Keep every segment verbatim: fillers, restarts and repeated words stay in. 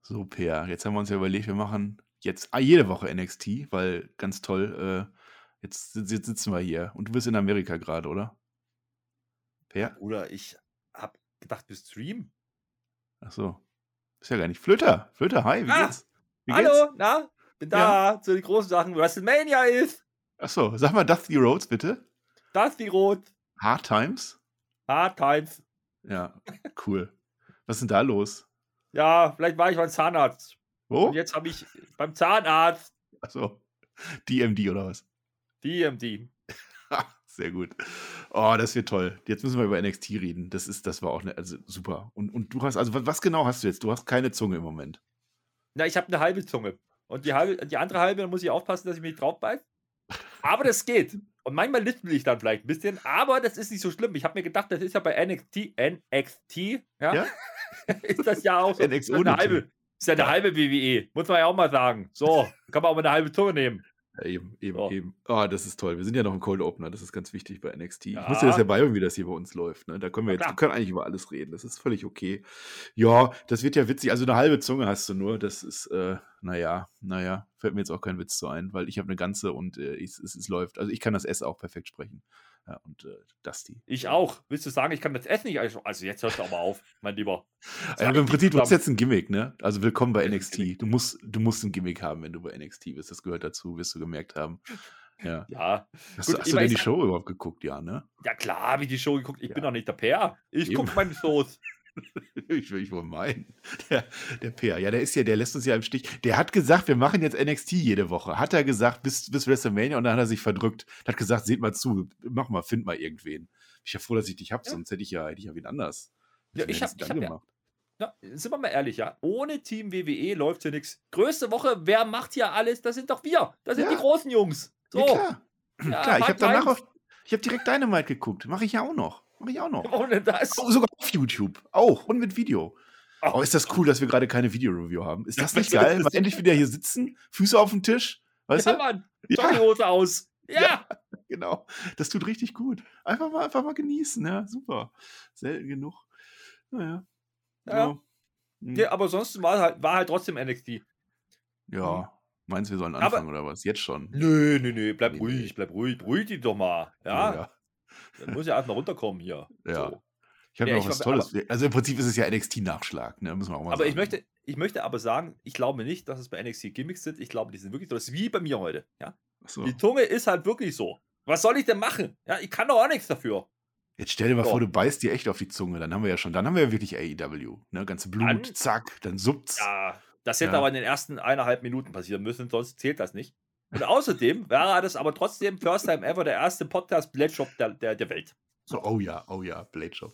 So, Peer, jetzt haben wir uns ja überlegt, wir machen jetzt ah, jede Woche N X T, weil ganz toll, äh, jetzt, si- jetzt sitzen wir hier und du bist in Amerika gerade, oder? Peer? Bruder, ich hab gedacht, wir streamen. Ach so. Ist ja gar nicht. Flöter, Flöter, hi, wie Ah, geht's? Wie geht's? hallo, na? Bin Ja. da, zu den großen Sachen. WrestleMania ist. Ach so, sag mal Dusty Rhodes bitte. Dusty Rhodes. Hard Times? Hard Times. Ja, cool. Was ist denn da los? Ja, vielleicht war ich beim Zahnarzt. Wo? Und jetzt habe ich beim Zahnarzt Ach so. D M D oder was? D M D. Ha, sehr gut. Oh, das wird toll. Jetzt müssen wir über N X T reden. Das ist, das war auch ne, also super. Und, und du hast, also was, was genau hast du jetzt? Du hast keine Zunge im Moment. Na, ich habe eine halbe Zunge. Und die, halbe, die andere halbe, da muss ich aufpassen, dass ich mich nicht drauf beiß. Aber das geht. Und manchmal lispel ich dann vielleicht ein bisschen, aber das ist nicht so schlimm. Ich habe mir gedacht, das ist ja bei N X T, N X T, ja, Ja? ist das ja auch so. N X ist eine ohne halbe, T. ist ja eine Ja. halbe W W E. Muss man ja auch mal sagen. So, kann man auch mal eine halbe Zunge nehmen. Ja, eben, eben, So. eben. Oh, das ist toll. Wir sind ja noch im Cold Opener. Das ist ganz wichtig bei N X T. Ja. Ich muss dir das ja beibringen, wie das hier bei uns läuft. Ne? Da können wir Na jetzt, klar. wir können eigentlich über alles reden. Das ist völlig okay. Ja, das wird ja witzig. Also eine halbe Zunge hast du nur. Das ist, äh, naja, naja, fällt mir jetzt auch kein Witz zu ein, weil ich habe eine ganze und äh, es, es, es läuft. Also ich kann das S auch perfekt sprechen. Ja, und äh, Dusty. Ich auch. Willst du sagen, ich kann das Essen nicht? Also also jetzt hörst du aber auf, mein Lieber. Das Also war im richtig Prinzip, du hast zusammen. jetzt ein Gimmick, ne? Also willkommen bei Das N ist X ein Gimmick. T. Du musst, du musst ein Gimmick haben, wenn du bei N X T bist. Das gehört dazu, wirst du gemerkt haben. Ja. Ja, Hast, gut, du- hast ich du denn weiß die ja- Show überhaupt geguckt? Ja, ne? Ja klar, habe ich die Show geguckt. Ich Ja. bin doch nicht der Peer. Ich Eben. gucke meine Shows. Ich will ich wohl meinen. Der, der Peer, ja, der ist ja, der lässt uns ja im Stich. Der hat gesagt, wir machen jetzt N X T jede Woche. Hat er gesagt, bis, bis WrestleMania und dann hat er sich verdrückt. Hat gesagt, seht mal zu, mach mal, find mal irgendwen. Bin ich ja froh, dass ich dich hab, Ja. sonst hätte ich ja, hätte ich ja wen anders. Ja, Wen ich hab- hättest du ich dann hab ja- gemacht? Ja, sind wir mal ehrlich, ja. Ohne Team W W E läuft hier nichts. Größte Woche, wer macht hier alles? Das sind doch wir. Das sind Ja. die großen Jungs. So. Ja, klar. Ja, klar, ich habe Hard danach Times. auf, ich habe direkt Dynamite geguckt. Mache ich ja auch noch. Mache ich auch noch. Ohne das. Oh, sogar auf YouTube. Auch. Und mit Video. Oh, Oh, ist das cool, dass wir gerade keine Video-Review haben. Ist das Ja, nicht das geil? ist Mal so- endlich wieder hier sitzen, Füße auf dem Tisch. Weißt ja, du? Mann. Ja. Jogginghose aus. Ja. Ja. Genau. Das tut richtig gut. Einfach mal, einfach mal genießen, ja. Super. Selten genug. Naja. Ja. So. Hm. Ja, aber sonst war halt, war halt trotzdem N X T. Ja. Meinst du, wir sollen Aber- anfangen oder was? Jetzt schon. Nö, nö, nö, bleib Nee, ruhig, nee. bleib ruhig, beruhig dich doch mal. Ja, ja. dann muss ja erst mal runterkommen hier. Ja. So. Ich habe Ja, noch ich was war- Tolles. Also im Prinzip ist es ja N X T-Nachschlag, ne? Müssen wir auch mal Aber sagen. ich möchte, ich möchte aber sagen, ich glaube nicht, dass es bei N X T Gimmicks sind. Ich glaube, die sind wirklich so. Das ist wie bei mir heute. Ja? Achso. Die Zunge ist halt wirklich so. Was soll ich denn machen? Ja, ich kann doch auch nichts dafür. Jetzt stell dir mal So. vor, du beißt dir echt auf die Zunge. Dann haben wir ja schon, dann haben wir ja wirklich A E W. Ne? Ganze Blut, Dann- zack, dann suppt's. Ja, das hätte Ja. aber in den ersten eineinhalb Minuten passieren müssen, sonst zählt das nicht. Und außerdem wäre das aber trotzdem First Time Ever der erste Podcast-Blade-Shop der, der, der Welt. So, oh ja, oh ja, Blade Shop.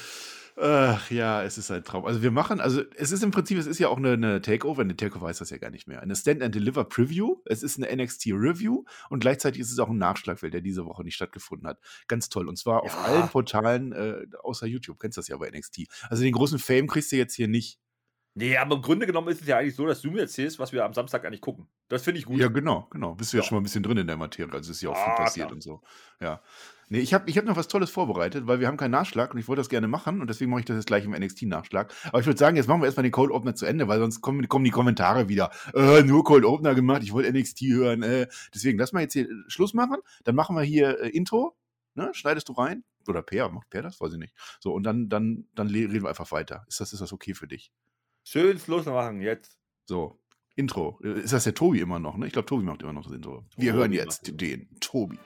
Ach ja, es ist ein Traum. Also wir machen, also es ist im Prinzip, es ist ja auch eine, eine Takeover, eine Takeover heißt das ja gar nicht mehr. Eine Stand-and-Deliver Preview, es ist eine N X T Review und gleichzeitig ist es auch ein Nachschlag, weil der diese Woche nicht stattgefunden hat. Ganz toll. Und zwar auf Ja. allen Portalen äh, außer YouTube. Kennst das ja bei N X T. Also den großen Fame kriegst du jetzt hier nicht. Nee, aber im Grunde genommen ist es ja eigentlich so, dass du mir erzählst, was wir am Samstag eigentlich gucken. Das finde ich gut. Ja, genau, genau. Bist du ja, Ja. schon mal ein bisschen drin in der Materie. Also ist ja auch viel Ah, passiert klar. und so. Ja. Nee, ich habe ich hab noch was Tolles vorbereitet, weil wir haben keinen Nachschlag und ich wollte das gerne machen und deswegen mache ich das jetzt gleich im N X T-Nachschlag. Aber ich würde sagen, jetzt machen wir erstmal den Cold Opener zu Ende, weil sonst kommen, kommen die Kommentare wieder. Äh, nur Cold Opener gemacht, ich wollte N X T hören. Äh. Deswegen, lass mal jetzt hier Schluss machen. Dann machen wir hier äh, Intro. Ne? Schneidest du rein? Oder Per, macht Per das? Weiß ich nicht. So, und dann, dann, dann le- reden wir einfach weiter. Ist das, ist das okay für dich? Schön Schluss machen jetzt. So, Intro. Äh, Ist das der Tobi immer noch, ne? Ich glaube, Tobi macht immer noch das Intro. Wir Tobi hören macht jetzt das. den Tobi.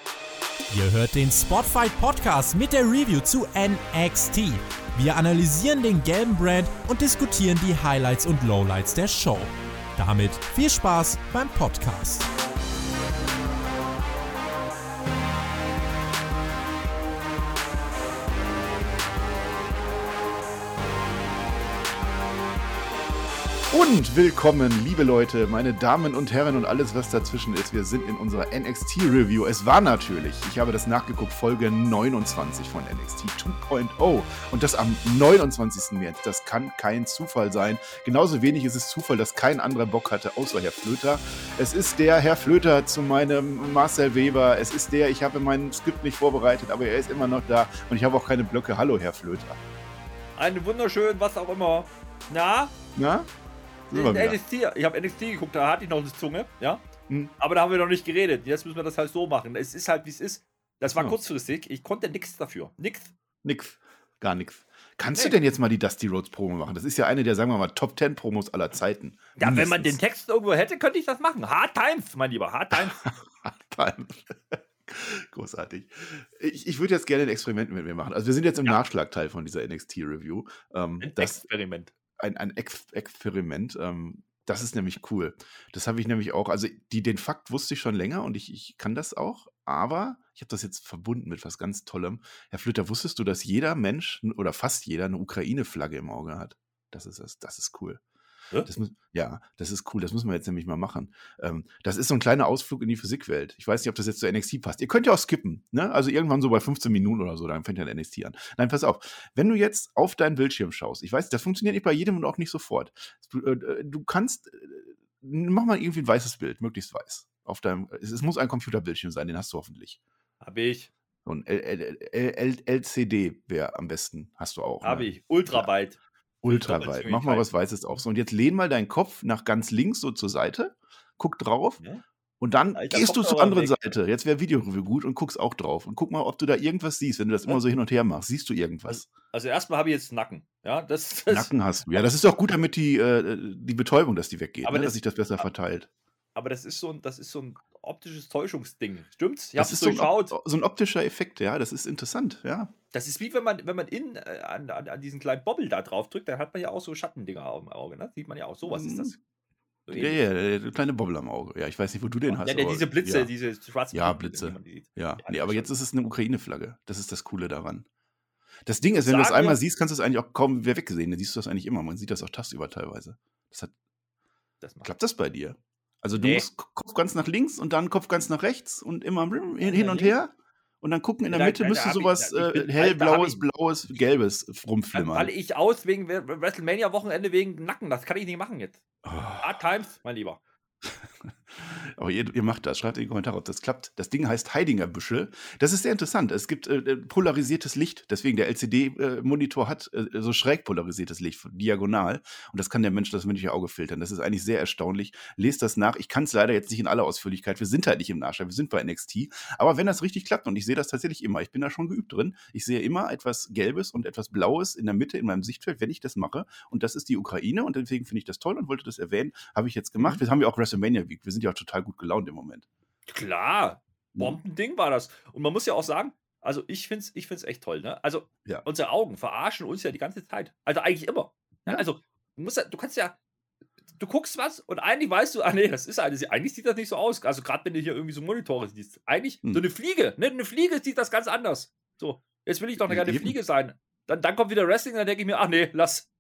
Ihr hört den Spotfight Podcast mit der Review zu N X T. Wir analysieren den gelben Brand und diskutieren die Highlights und Lowlights der Show. Damit viel Spaß beim Podcast. Und willkommen, liebe Leute, meine Damen und Herren und alles, was dazwischen ist. Wir sind in unserer N X T-Review. Es war natürlich, ich habe das nachgeguckt, Folge neunundzwanzig von N X T zwei Punkt null. Und das am neunundzwanzigsten März. Das kann kein Zufall sein. Genauso wenig ist es Zufall, dass kein anderer Bock hatte, außer Herr Flöter. Es ist der Herr Flöter zu meinem Marcel Weber. Es ist der, ich habe mein Skript nicht vorbereitet, aber er ist immer noch da. Und ich habe auch keine Blöcke. Hallo, Herr Flöter. Einen wunderschönen, was auch immer. Na? Na? Sind wir N wieder. X T, ich habe N X T geguckt, da hatte ich noch eine Zunge, ja. Hm. Aber da haben wir noch nicht geredet. Jetzt müssen wir das halt so machen. Es ist halt, wie es ist. Das war Ja. kurzfristig. Ich konnte nichts dafür. Nix. Nix. Gar nix. Kannst Nee. du denn jetzt mal die Dusty Rhodes Promo machen? Das ist ja eine der, sagen wir mal, Top zehn Promos aller Zeiten. Ja, wenn man den Mindestens. Text irgendwo hätte, könnte ich das machen. Hard Times, mein Lieber. Hard Times. Großartig. Ich, ich würde jetzt gerne ein Experiment mit mir machen. Also wir sind jetzt im Ja. Nachschlagteil von dieser N X T-Review. Ähm, Ein das Experiment. ein, ein Ex Experiment. Ähm, das ist nämlich cool. Das habe ich nämlich auch, also die, den Fakt wusste ich schon länger und ich, ich kann das auch, aber ich habe das jetzt verbunden mit was ganz Tollem. Herr Flöter, wusstest du, dass jeder Mensch oder fast jeder eine Ukraine-Flagge im Auge hat? Das ist das, das ist cool. Hä? Das muss, ja, das ist cool. Das müssen wir jetzt nämlich mal machen. Ähm, das ist so ein kleiner Ausflug in die Physikwelt. Ich weiß nicht, ob das jetzt zu N X T passt. Ihr könnt ja auch skippen, ne? Also irgendwann so bei fünfzehn Minuten oder so, dann fängt ja N X T an. Nein, pass auf. Wenn du jetzt auf deinen Bildschirm schaust, ich weiß, das funktioniert nicht bei jedem und auch nicht sofort. Du, äh, du kannst, äh, mach mal irgendwie ein weißes Bild, möglichst weiß. Auf deinem, es, es muss ein Computerbildschirm sein, den hast du hoffentlich. Habe ich. So ein L- L- L- L- L C D wäre am besten, hast du auch. Habe ne? ich. Ultraweit. Ultra weit. Mach mal was Weißes auf. So, und jetzt lehn mal deinen Kopf nach ganz links so zur Seite, guck drauf Ja? und dann Alter, gehst du Kopf zur aber anderen weg. Seite. Jetzt wäre Videoreview gut und guckst auch drauf und guck mal, ob du da irgendwas siehst. Wenn du das immer Was? so hin und her machst, siehst du irgendwas. Also erstmal habe ich jetzt Nacken. Ja, das, das Nacken hast du. Ja, das ist auch gut, damit die, äh, die Betäubung, dass die weggeht, Aber ne? das- dass sich das besser verteilt. Aber das ist so ein, das ist so ein optisches Täuschungsding. Stimmt's? Ich Das habe es ist so ein, durchschaut. op- so ein optischer Effekt, ja, das ist interessant, ja. Das ist wie wenn man, wenn man in, äh, an, an, an diesen kleinen Bobbel da drauf drückt, dann hat man ja auch so Schattendinger auf dem Auge. Ne? Sieht man ja auch. Sowas ist das. So Ja, ja, der, der kleine Bobbel am Auge. Ja, ich weiß nicht, wo du den hast. ja, der, aber- diese Blitze, ja. diese schwarzen Ja, Blitze, Blitze. die man sieht. Ja, Ja, nee, das aber ist jetzt ist es eine Ukraine-Flagge. Das ist das Coole daran. Das Ding ist, wenn du das Sage- einmal siehst, kannst du es eigentlich auch kaum wieder wegsehen. Dann siehst du das eigentlich immer. Man sieht das auch tagsüber teilweise. Das hat, Das macht. klappt das bei dir? Also du Nee. musst K- Kopf ganz nach links und dann Kopf ganz nach rechts und immer hin, hin nach und links. her. Und dann gucken in der Da- Mitte da müsste hab ich- sowas da- ich bin- äh, da hellblaues, hab blaues, gelbes Dann rumflimmern. falle ich aus wegen WrestleMania-Wochenende wegen Nacken. Das kann ich nicht machen jetzt. Oh. Hard Times, mein Lieber. Aber ihr, ihr macht das, schreibt in die Kommentare, ob das klappt. Das Ding heißt Heidinger Büschel. Das ist sehr interessant. Es gibt äh, polarisiertes Licht. Deswegen der L C D-Monitor hat äh, so schräg polarisiertes Licht, diagonal. Und das kann der Mensch, das menschliche Auge filtern. Das ist eigentlich sehr erstaunlich. Lest das nach. Ich kann es leider jetzt nicht in aller Ausführlichkeit. Wir sind halt nicht im Nachschlag. Wir sind bei N X T. Aber wenn das richtig klappt, und ich sehe das tatsächlich immer, ich bin da schon geübt drin, ich sehe immer etwas Gelbes und etwas Blaues in der Mitte in meinem Sichtfeld, wenn ich das mache. Und das ist die Ukraine. Und deswegen finde ich das toll und wollte das erwähnen. Habe ich jetzt gemacht. Mhm. Wir haben ja auch WrestleMania Week. Wir sind ja auch total gut gelaunt im Moment. Klar, Mhm. Bombending war das. Und man muss ja auch sagen, also ich finde es ich find's echt toll. Ne? Also Ja. unsere Augen verarschen uns ja die ganze Zeit. Also eigentlich immer. Ne? Ja. Also du, musst ja, du kannst ja, du guckst was und eigentlich weißt du, ah nee, das ist eine, eigentlich sieht das nicht so aus. Also gerade wenn du hier irgendwie so Monitore siehst. Eigentlich Hm. so eine Fliege, ne? Eine Fliege sieht das ganz anders. So, jetzt will ich doch eine Ja, kleine eben. Fliege sein. Dann, dann kommt wieder Wrestling, dann denke ich mir, ach nee, lass.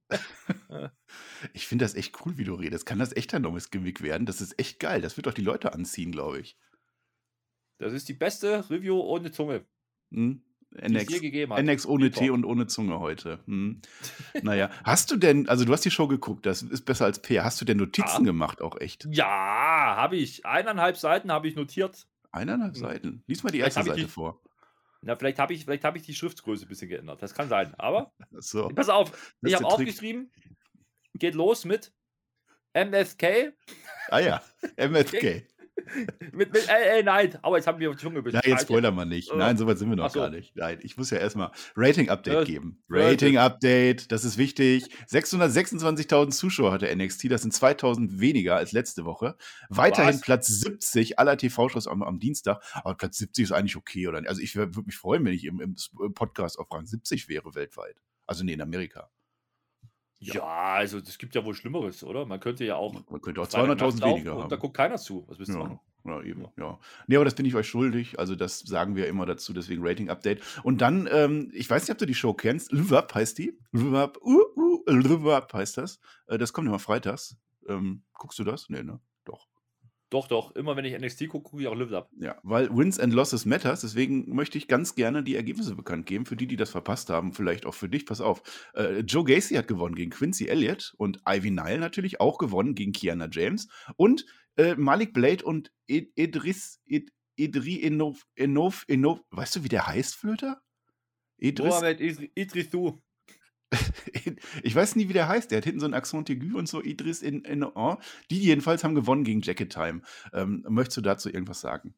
Ich finde das echt cool, wie du redest. Kann das echt ein neues Gimmick werden? Das ist echt geil. Das wird doch die Leute anziehen, glaube ich. Das ist die beste Review ohne Zunge, Hm? die es NX, je gegeben hat. NX ohne Real Tee Talk. und ohne Zunge heute. Hm. Naja, hast du denn, also du hast die Show geguckt, das ist besser als P. Hast du denn Notizen Ja. gemacht auch echt? Ja, habe ich. Eineinhalb Seiten habe ich notiert. Eineinhalb Hm. Seiten. Lies mal die Vielleicht erste hab ich Seite die- vor. Na, vielleicht habe ich, vielleicht hab ich die Schriftgröße ein bisschen geändert. Das kann sein. Aber So. pass auf, Das ich ist habe der Trick. aufgeschrieben, geht los mit M S K, Ah ja, M F K. mit, mit L A Knight. Aber jetzt haben wir schon ein bisschen. Ja, jetzt spoilern wir nicht. Äh, Nein, so weit sind wir noch ach so. gar nicht. Nein, ich muss ja erstmal Rating-Update Äh, geben. äh, Rating-Update, das ist wichtig. sechshundertsechsundzwanzigtausend Zuschauer hatte N X T, das sind zweitausend weniger als letzte Woche. Weiterhin Was? Platz siebzig aller T V-Shows am, am Dienstag. Aber Platz siebzig ist eigentlich okay, oder? Also ich würde mich freuen, wenn ich im, im Podcast auf Rang siebzig wäre weltweit. Also nee, in Amerika. Ja, also es gibt ja wohl Schlimmeres, oder? Man könnte ja auch Man könnte auch Freitagnacht zweihunderttausend laufen weniger und haben. da guckt keiner zu. Was willst du Ja, machen? ja, eben, Ja. ja. Nee, aber das bin ich euch schuldig. Also, das sagen wir immer dazu, deswegen Rating-Update. Und dann, ähm, ich weiß nicht, ob du die Show kennst. Live Up heißt die. Live Up, uh, uh, Live Up heißt das. Äh, das kommt immer freitags. Ähm, guckst du das? Nee, ne? Doch. Doch, doch. Immer wenn ich N X T gucke, gucke ich auch Live Up. Ja, weil Wins and Losses matters. Deswegen möchte ich ganz gerne die Ergebnisse bekannt geben. Für die, die das verpasst haben, vielleicht auch für dich. Pass auf. Äh, Joe Gacy hat gewonnen gegen Quincy Elliott und Ivy Nile natürlich auch gewonnen gegen Kiana James. Und äh, Malik Blade und Id Idris, Id Idri Enov, Enov, Enov, weißt du, wie der heißt, Flöter? Idris, Mohamed Idris- Idrisu. Ich weiß nie, wie der heißt. Der hat hinten so ein Accent aigu und so, Idris in, in oh. Die jedenfalls haben gewonnen gegen Jacket Time. Ähm, möchtest du dazu irgendwas sagen?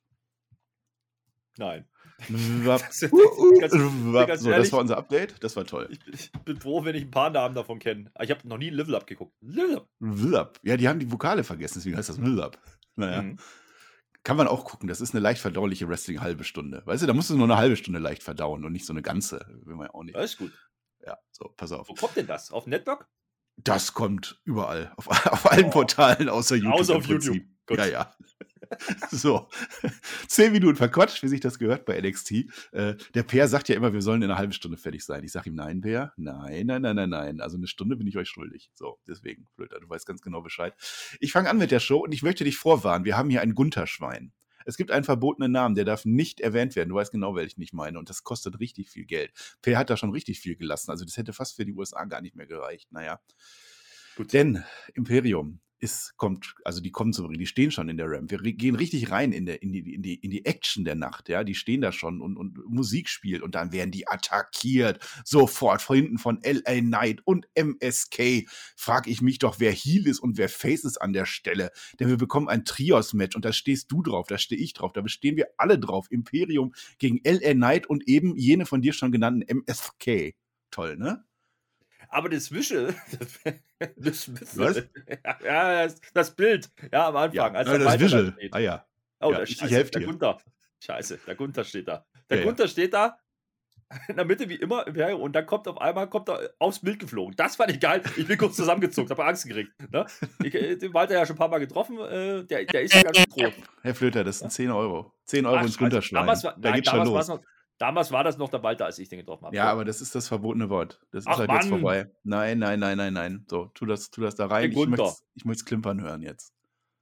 Nein. Wap, Das ist- uh, uh, ganz- wap. ganz So, das ehrlich, war unser Update. Das war toll. Ich, bin- ich bin froh, wenn ich ein paar Namen davon kenne. Ich habe noch nie Level Up geguckt. Level Up. Wap. Ja, die haben die Vokale vergessen, deswegen heißt das Wap. Naja. Mhm. Kann man auch gucken. Das ist eine leicht verdauliche Wrestling-halbe Stunde. Weißt du, da musst du nur eine halbe Stunde leicht verdauen und nicht so eine ganze. Will man ja auch nicht. Das ist gut. Ja, so, pass auf. Wo kommt denn das? Auf Network? Das kommt überall. Auf, auf allen Oh. Portalen außer YouTube. Außer im auf YouTube. Prinzip. Gut. Ja, ja. So. Zehn Minuten verquatscht, wie sich das gehört bei N X T. Äh, der Peer sagt ja immer, wir sollen in einer halben Stunde fertig sein. Ich sage ihm, nein, Peer. Nein, nein, nein, nein, nein. Also eine Stunde bin ich euch schuldig. So, deswegen, Flöter, du weißt ganz genau Bescheid. Ich fange an mit der Show und ich möchte dich vorwarnen. Wir haben hier ein Gunther-Schwein. Es gibt einen verbotenen Namen, der darf nicht erwähnt werden. Du weißt genau, welchen ich meine. Und das kostet richtig viel Geld. Peer hat da schon richtig viel gelassen. Also das hätte fast für die U S A gar nicht mehr gereicht. Naja. Gut. Denn Imperium ist, kommt, also die kommen zum Ring, die stehen schon in der Ramp. Wir re- gehen richtig rein in, der, in, die, in, die, in die Action der Nacht, ja. Die stehen da schon und, und Musik spielt und dann werden die attackiert. Sofort von hinten von L A Knight und M S K. Frag ich mich doch, wer Heel ist und wer Face ist an der Stelle. Denn wir bekommen ein Trios-Match und da stehst du drauf, da stehe ich drauf, da bestehen wir alle drauf. Imperium gegen L A Knight und eben jene von dir schon genannten M S K. Toll, ne? Aber das Visual, das, das, Was? ja, das, das Bild, ja, am Anfang, als ja, der das Walter da Visual. steht. Ah ja. Oh, Ja, der ich- ich Scheiße, helf der dir. Gunther. Scheiße, der Gunther steht da. Der Ja, ja. Gunther steht da in der Mitte wie immer im Imperium und dann kommt auf einmal kommt er aufs Bild geflogen. Das fand ich geil. Ich bin kurz zusammengezuckt, habe Angst gekriegt. Ne? Ich, äh, den Walter ja schon ein paar Mal getroffen. Äh, der, der ist ja ganz groß. Herr Flöter, das sind zehn Euro. zehn Euro Ach, ins Scheiße. Gunterschwein. Damals war, Da nein, geht's schon damals, war's los. noch, damals war das noch der Walter, als ich den getroffen habe. Ja, aber das ist das verbotene Wort. Das ist Ach, halt jetzt Mann. vorbei. Nein, nein, nein, nein, nein. So, tu das, tu das da rein. Der Ich Gunther. möchte ich möcht's klimpern hören jetzt.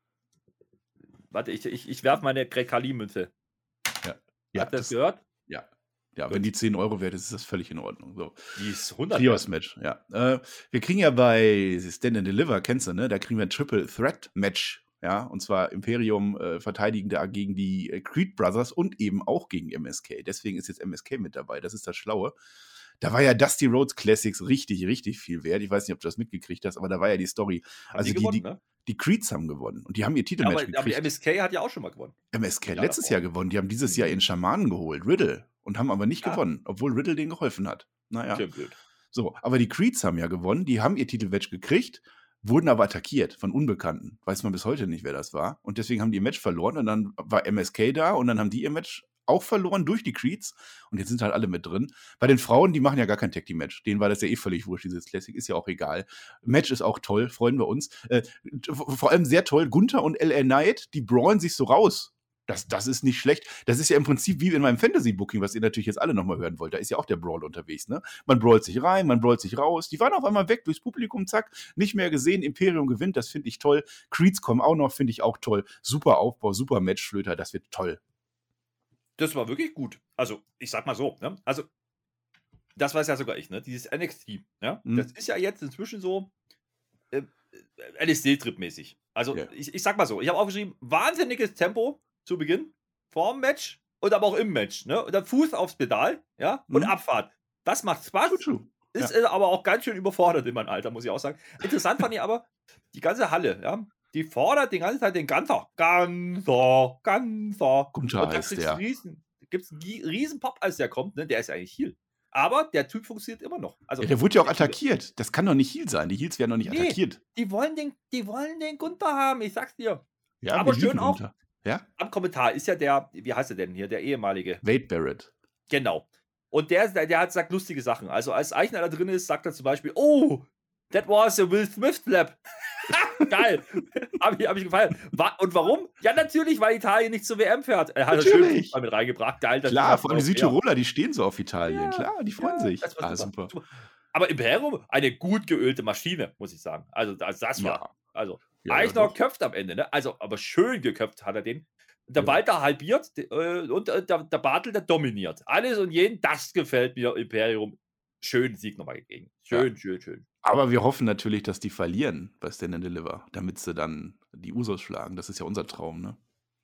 Warte, ich, ich, ich werfe meine Greg-Kali-Münze. Ja, Habt ihr das das, gehört? ja. Ja, Gut. wenn die zehn Euro wert ist, ist das völlig in Ordnung. So. Die ist hundert. Trios-Match, ja. Äh, wir kriegen ja bei Stand and Deliver, kennst du, ne? Da kriegen wir ein Triple Threat Match. Ja, und zwar Imperium äh, verteidigen da gegen die äh, Creed Brothers und eben auch gegen M S K. Deswegen ist jetzt M S K mit dabei. Das ist das Schlaue. Da war ja Dusty Rhodes Classics richtig, richtig viel wert. Ich weiß nicht, ob du das mitgekriegt hast, aber da war ja die Story. Haben Also die die, gewonnen, die, ne? die Creeds haben gewonnen und die haben ihr Ja, Titelmatch aber, aber gekriegt. M S K hat ja auch schon mal gewonnen. M S K Ja, letztes davor. Jahr gewonnen. Die haben dieses Mhm. Jahr ihren Schamanen geholt, Riddle, und haben aber nicht Ah. gewonnen, obwohl Riddle denen geholfen hat. Naja. Okay, blöd. So, aber die Creeds haben ja gewonnen, die haben ihr Titelmatch gekriegt, wurden aber attackiert von Unbekannten. Weiß man bis heute nicht, wer das war. Und deswegen haben die ihr Match verloren und dann war M S K da und dann haben die ihr Match auch verloren durch die Creeds und jetzt sind halt alle mit drin. Bei den Frauen, die machen ja gar kein Tag Team Match. Denen war das ja eh völlig wurscht, dieses Classic, ist ja auch egal. Match ist auch toll, freuen wir uns. Äh, vor allem sehr toll, Gunther und L A Knight, die brawlen sich so raus. Das, das ist nicht schlecht. Das ist ja im Prinzip wie in meinem Fantasy-Booking, was ihr natürlich jetzt alle nochmal hören wollt. Da ist ja auch der Brawl unterwegs, ne? Man brawlt sich rein, man brawlt sich raus. Die waren auf einmal weg durchs Publikum, zack, nicht mehr gesehen. Imperium gewinnt, das finde ich toll. Creeds kommen auch noch, finde ich auch toll. Super Aufbau, super Match, Flöter, das wird toll. Das war wirklich gut. Also, ich sag mal so, ne? Also, das weiß ja sogar ich, ne? Dieses N X T, ja? Mhm. Das ist ja jetzt inzwischen so äh, L S D-Trip-mäßig. Also, Ja. ich, ich sag mal so, ich habe aufgeschrieben, wahnsinniges Tempo zu Beginn, vorm Match und aber auch im Match, ne? Und dann Fuß aufs Pedal, ja? Und Mhm. Abfahrt. Das macht Spaß. Gut, true. Ist äh, aber auch ganz schön überfordert in meinem Alter, muss ich auch sagen. Interessant fand ich aber, die ganze Halle, ja, die fordert den ganzen Zeit den Gunther. Gunther, Gunther. Gunther Und da heißt kriegst der. du riesen, gibt's einen gi- riesen Pop, als der kommt, ne? Der ist ja eigentlich Heel. Aber der Typ funktioniert immer noch. Also, Ja, der wurde ja auch attackiert. Das kann doch nicht Heal sein. Die Heals werden doch nicht Nee. attackiert. Die wollen den, die wollen den Gunther haben, ich sag's dir. Ja, Aber wir schön lieben auch. Gunther. Ja? Am Kommentar ist ja der, wie heißt er denn hier, der ehemalige. Wade Barrett. Genau. Und der, der, der hat sagt lustige Sachen. Also als Eichner da drin ist, sagt er zum Beispiel, oh, that was a Will Smith Slap. Geil. Hab ich, hab ich gefallen. Wa und warum? Ja, natürlich, weil Italien nicht zur W M fährt. Er hat schön Natürlich. Fußball mit reingebracht. Geil, das Klar, ist vor allem die auch Südtiroler, die stehen so auf Italien. Ja, Klar, die freuen ja, sich. das war Ah, super. super. Aber Imperium, eine gut geölte Maschine, muss ich sagen. Also das, das war. Ja. Also Ja, ja, Eichner doch. köpft am Ende, ne? Also, aber schön geköpft hat er den. Der Ja. Walter halbiert äh, und äh, der, der Bartel, der dominiert. Alles und jeden, das gefällt mir, Imperium. Schönen Sieg nochmal gegeben. Schön, schön, schön. Aber wir hoffen natürlich, dass die verlieren bei Stand and Deliver, damit sie dann die Usos schlagen. Das ist ja unser Traum, ne?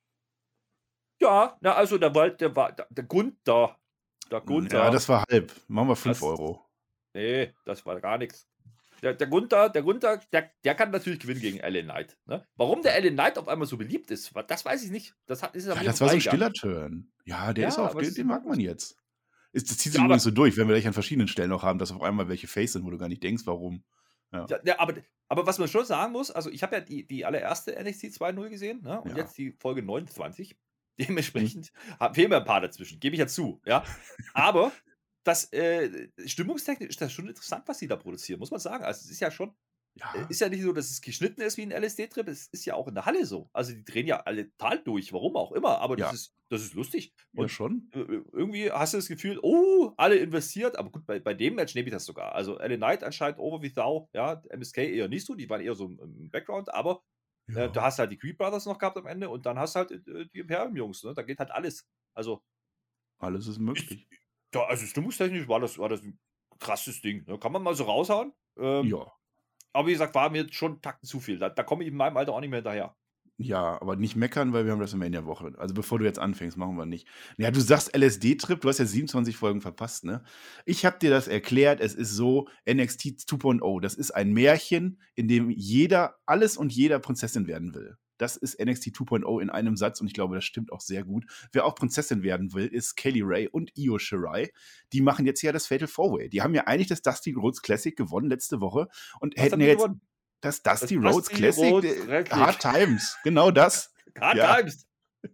Ja, na, also der Wald, der war, der, der Gunther, der Gunther. Ja, das war halb. Machen wir fünf Das- Euro. Nee, das war gar nichts. Der, der Gunther, der Gunther, der, der kann natürlich gewinnen gegen L A Knight. Ne? Warum der L A Knight auf einmal so beliebt ist, das weiß ich nicht. Das, hat, ist ja, das war so ein stiller Turn. Ja, der ja, ist auch, den, den mag man jetzt. Ist, das zieht sich ja, übrigens so durch, wenn wir gleich an verschiedenen Stellen noch haben, dass auf einmal welche Face sind, wo du gar nicht denkst, warum. Ja. Ja, ja, aber, aber was man schon sagen muss, also ich habe ja die, die allererste N X T zwei null gesehen, ne? Und ja. jetzt die Folge neunundzwanzig. Dementsprechend hm. fehlen mir ein paar dazwischen, gebe ich ja zu. Ja? Aber das äh, stimmungstechnisch ist das schon interessant, was sie da produzieren, muss man sagen. Also es ist ja schon, ja. ist ja nicht so, dass es geschnitten ist wie ein L S D-Trip, es ist ja auch in der Halle so. Also die drehen ja alle total durch, warum auch immer, aber das, ja. ist, das ist lustig. Und ja, schon. Irgendwie hast du das Gefühl, oh, alle investiert, aber gut, bei, bei dem Match nehme ich das sogar. Also L A Knight anscheinend over wie Thou, ja, M S K eher nicht so, die waren eher so im Background, aber ja. äh, du hast halt die Creed Brothers noch gehabt am Ende und dann hast du halt äh, die Imperium-Jungs, ne? Da geht halt alles. Also alles ist möglich. Ich, ja, also stimmungstechnisch war das, war das ein krasses Ding. Ne? Kann man mal so raushauen. Ähm, ja. Aber wie gesagt, war mir schon Takten zu viel. Da, da komme ich in meinem Alter auch nicht mehr hinterher. Ja, aber nicht meckern, weil wir haben WrestleMania-Woche. Also bevor du jetzt anfängst, machen wir nicht. Ja, du sagst L S D-Trip, du hast ja siebenundzwanzig Folgen verpasst, ne? Ich habe dir das erklärt, es ist so N X T zwei Punkt null. Das ist ein Märchen, in dem jeder, alles und jeder Prinzessin werden will. Das ist N X T zwei Punkt null in einem Satz und ich glaube, das stimmt auch sehr gut. Wer auch Prinzessin werden will, ist Kaylee Ray und Io Shirai. Die machen jetzt ja das Fatal Four-Way. Die haben ja eigentlich das Dusty Rhodes Classic gewonnen letzte Woche und Was hätten ja jetzt gewonnen? Das Dusty das Rhodes Dusty Classic, Rhodes Hard Times, genau das. Hard ja. Times.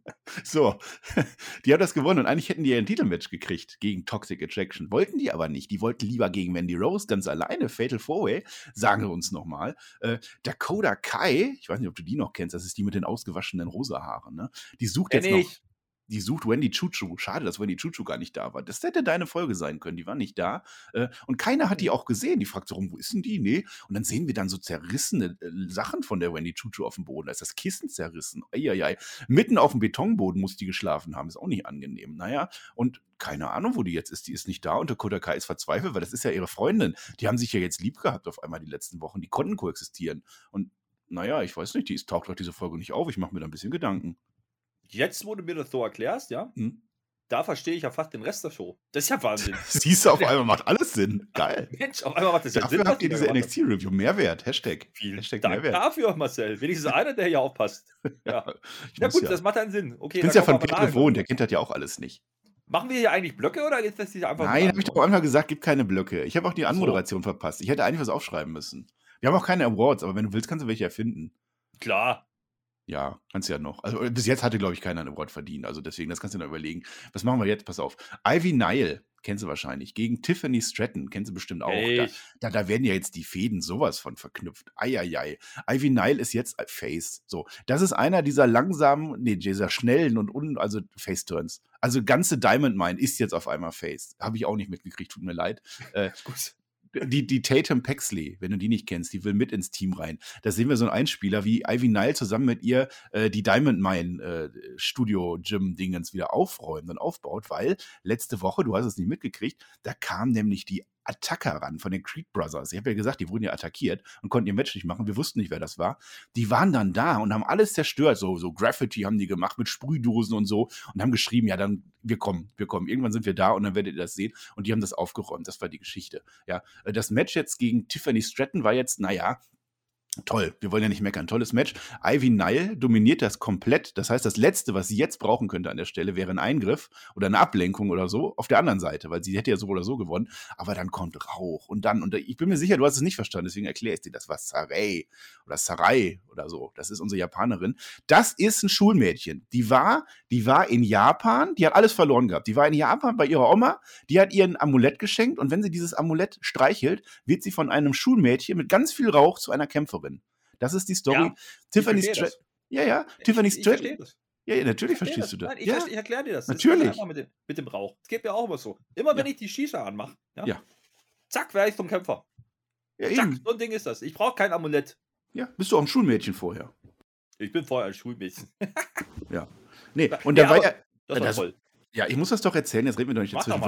So, die haben das gewonnen und eigentlich hätten die ja ein Titelmatch gekriegt gegen Toxic Attraction. Wollten die aber nicht. Die wollten lieber gegen Mandy Rose ganz alleine. Fatal Four-Way, sagen wir uns nochmal. Äh, Dakota Kai, ich weiß nicht, ob du die noch kennst, das ist die mit den ausgewaschenen rosa Haaren, ne? Die sucht jetzt noch, die sucht Wendy Chuchu. Schade, dass Wendy Chuchu gar nicht da war. Das hätte deine Folge sein können, die war nicht da. Äh, und keiner hat die auch gesehen. Die fragt so rum, wo ist denn die? Nee. Und dann sehen wir dann so zerrissene äh, Sachen von der Wendy Chuchu auf dem Boden. Da ist das Kissen zerrissen. Eieiei. Mitten auf dem Betonboden muss die geschlafen haben. Ist auch nicht angenehm. Naja, und keine Ahnung, wo die jetzt ist. Die ist nicht da und Dakota Kai ist verzweifelt, weil das ist ja ihre Freundin. Die haben sich ja jetzt lieb gehabt auf einmal die letzten Wochen. Die konnten koexistieren. Und naja, ich weiß nicht, die ist, taucht doch diese Folge nicht auf. Ich mache mir da ein bisschen Gedanken. Jetzt, wo du mir das so erklärst, ja, hm. da verstehe ich ja fast den Rest der Show. Das ist ja Wahnsinn. Siehst du, auf einmal macht alles Sinn. Geil. Mensch, auf einmal macht das ja Dafür Sinn. Dafür habt ihr diese N X T-Review. Mehrwert. Hashtag. Viel Hashtag Dank Mehrwert. Dafür, Marcel. Wenigstens einer, der hier aufpasst. Ja, ja gut, ja. Das macht einen Sinn. Okay, ich bin ja von Peter gewohnt. Der kennt das ja auch alles nicht. Machen wir hier eigentlich Blöcke oder ist das hier einfach... Nein, habe ich doch einmal gesagt, gibt keine Blöcke. Ich habe auch die Anmoderation so. verpasst. Ich hätte eigentlich was aufschreiben müssen. Wir haben auch keine Awards, aber wenn du willst, kannst du welche erfinden. Klar. Ja, kannst du ja noch. Also bis jetzt hatte, glaube ich, keiner ein Award verdient. Also deswegen, das kannst du noch überlegen. Was machen wir jetzt? Pass auf. Ivy Nile, kennst du wahrscheinlich, gegen Tiffany Stratton, kennst du bestimmt auch. Da, da, da werden ja jetzt die Fäden sowas von verknüpft. Eieiei. Ivy Nile ist jetzt Face. So, das ist einer dieser langsamen, nee, dieser schnellen und un, also Face-Turns. Also ganze Diamond Mine ist jetzt auf einmal Face. Habe ich auch nicht mitgekriegt, tut mir leid. Äh, Gut. Die, die Tatum Paxley, wenn du die nicht kennst, die will mit ins Team rein. Da sehen wir so einen Einspieler, wie Ivy Nile zusammen mit ihr äh, die Diamond Mine äh, Studio-Gym-Dingens wieder aufräumt und aufbaut, weil letzte Woche, du hast es nicht mitgekriegt, da kam nämlich die Attacker ran von den Creed Brothers. Ich habe ja gesagt, die wurden ja attackiert und konnten ihr Match nicht machen. Wir wussten nicht, wer das war. Die waren dann da und haben alles zerstört. So, so Graffiti haben die gemacht mit Sprühdosen und so und haben geschrieben, ja, dann, wir kommen, wir kommen. Irgendwann sind wir da und dann werdet ihr das sehen. Und die haben das aufgeräumt. Das war die Geschichte. Ja, das Match jetzt gegen Tiffany Stratton war jetzt, naja, toll, wir wollen ja nicht meckern, tolles Match. Ivy Nile dominiert das komplett. Das heißt, das Letzte, was sie jetzt brauchen könnte an der Stelle, wäre ein Eingriff oder eine Ablenkung oder so auf der anderen Seite, weil sie hätte ja so oder so gewonnen. Aber dann kommt Rauch und dann, und ich bin mir sicher, du hast es nicht verstanden, deswegen erkläre ich dir, das war Sarai oder Sarai oder so. Das ist unsere Japanerin. Das ist ein Schulmädchen. Die war, die war in Japan, die hat alles verloren gehabt. Die war in Japan bei ihrer Oma, die hat ihr ein Amulett geschenkt und wenn sie dieses Amulett streichelt, wird sie von einem Schulmädchen mit ganz viel Rauch zu einer Kämpferin. Das ist die Story. Ja, Tiffany Stratton. Ja, ja. Ich, Tiffany Stratton. Ja, ja, natürlich verstehst das. du das. Nein, ich, ja. ich erkläre dir das. Natürlich. Das ist mit, dem, mit dem Rauch. Das geht mir auch immer so. Immer wenn ja. ich die Shisha anmache, ja, ja. zack, wäre ich zum Kämpfer. Ja, zack, eben. so ein Ding ist das. Ich brauche kein Amulett. Ja, bist du auch ein Schulmädchen vorher? Ich bin vorher ein Schulmädchen. Ja. Nee, und da ja, war ja. Das war das, toll. Ja, ich muss das doch erzählen, jetzt reden wir doch nicht dazu.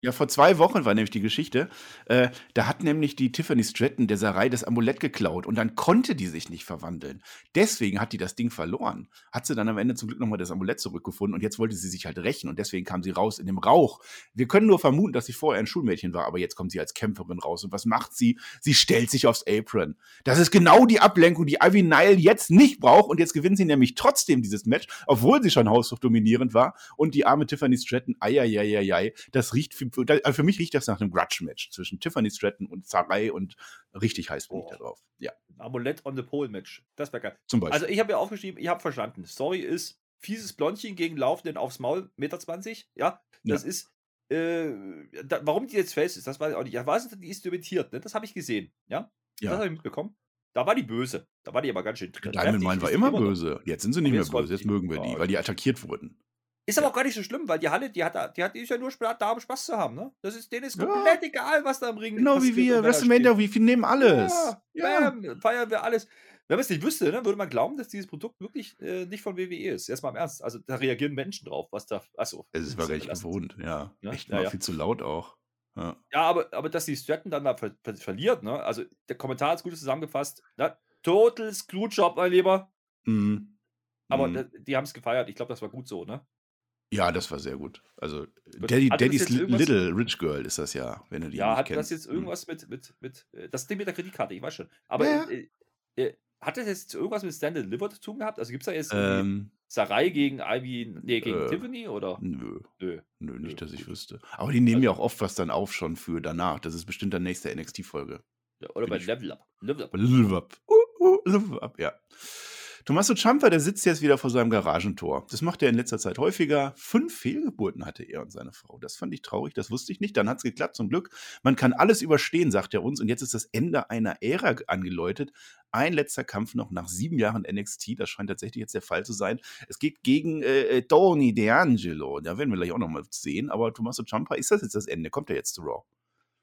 Ja, vor zwei Wochen war nämlich die Geschichte. Äh, da hat nämlich die Tiffany Stratton der Sarai das Amulett geklaut und dann konnte die sich nicht verwandeln. Deswegen hat die das Ding verloren. Hat sie dann am Ende zum Glück nochmal das Amulett zurückgefunden und jetzt wollte sie sich halt rächen und deswegen kam sie raus in dem Rauch. Wir können nur vermuten, dass sie vorher ein Schulmädchen war, aber jetzt kommt sie als Kämpferin raus. Und was macht sie? Sie stellt sich aufs Apron. Das ist genau die Ablenkung, die Ivy Nile jetzt nicht braucht und jetzt gewinnt sie nämlich trotzdem dieses Match, obwohl sie schon haushochdominierend war und die arme Tiffany Stratton, eieieiei, das riecht für Für, also für mich riecht das nach einem Grudge-Match zwischen Tiffany Stratton und Sarai und richtig heiß bin ich da drauf. Ja. Amulett on the Pole-Match. Das wäre geil. Zum Beispiel. Also ich habe ja aufgeschrieben, ich habe verstanden. Story ist fieses Blondchen gegen Laufenden aufs Maul, Meter zwanzig. Ja, das Ja. ist, äh, da, warum die jetzt face ist, das weiß ich auch nicht. Ja, weiß nicht, die ist dementiert, ne? Das habe ich gesehen. Ja, das Ja. habe ich mitbekommen. Da war die böse. Da war die aber ganz schön Die Diamond Mine war immer böse. Jetzt sind sie nicht Aber mehr jetzt räumt böse. Jetzt sie. mögen wir die, Ja, weil die attackiert wurden. Ist aber auch gar nicht so schlimm, weil die Halle, die hat, da- die hat, die ist ja nur Spaß, da um Spaß zu haben, ne? Das ist, denen ist Ja. komplett egal, was da im Ring Genau wie passiert und wir. wer da WrestleMania, steht. wir nehmen alles. Ja, bam, feiern wir alles. Wenn man es nicht wüsste, ne, würde man glauben, dass dieses Produkt wirklich äh, nicht von W W E ist. Erstmal im Ernst. Also da reagieren Menschen drauf, was da. Achso. Es war gar nicht gewohnt, ja. Ja, Echt ja, mal ja. viel zu laut auch. Ja. Ja, aber, aber dass die Stratton dann da ver ver verliert, ne? Also der Kommentar hat es gut zusammengefasst. Ne? Total Screwjob, mein Lieber. Mhm. Aber Mhm. da, die haben es gefeiert. Ich glaube, das war gut so, ne? Ja, das war sehr gut. Also Gut. Daddy, Hatte das Daddy's jetzt Li- irgendwas- Little Rich Girl ist das ja, wenn du die Ja, nicht hat kennst. das jetzt Mhm. irgendwas mit, mit, mit, äh, das Ding mit der Kreditkarte, ich weiß schon. Aber Ja, ja. äh, äh, hat das jetzt irgendwas mit Stand and Deliver zu tun gehabt? Also gibt es da jetzt irgendwie Ähm, Sarai gegen Ivy, nee, gegen Äh, Tiffany oder? nö. Nö. Nö, nicht, Nö, dass ich gut. wüsste. Aber die nehmen ja Also- auch oft was dann auf schon für danach. Das ist bestimmt dann nächste N X T-Folge. Ja, oder Bin bei ich- Level Up. Level Up. Live up. Uh, uh, live up, ja. Tommaso Ciampa, der sitzt jetzt wieder vor seinem Garagentor. Das macht er in letzter Zeit häufiger. Fünf Fehlgeburten hatte er und seine Frau. Das fand ich traurig, das wusste ich nicht. Dann hat es geklappt, zum Glück. Man kann alles überstehen, sagt er uns. Und jetzt ist das Ende einer Ära angeläutet. Ein letzter Kampf noch nach sieben Jahren N X T. Das scheint tatsächlich jetzt der Fall zu sein. Es geht gegen äh, Tony D'Angelo. Da werden wir gleich auch noch mal sehen. Aber Tommaso Ciampa, ist das jetzt das Ende? Kommt er jetzt zu Raw?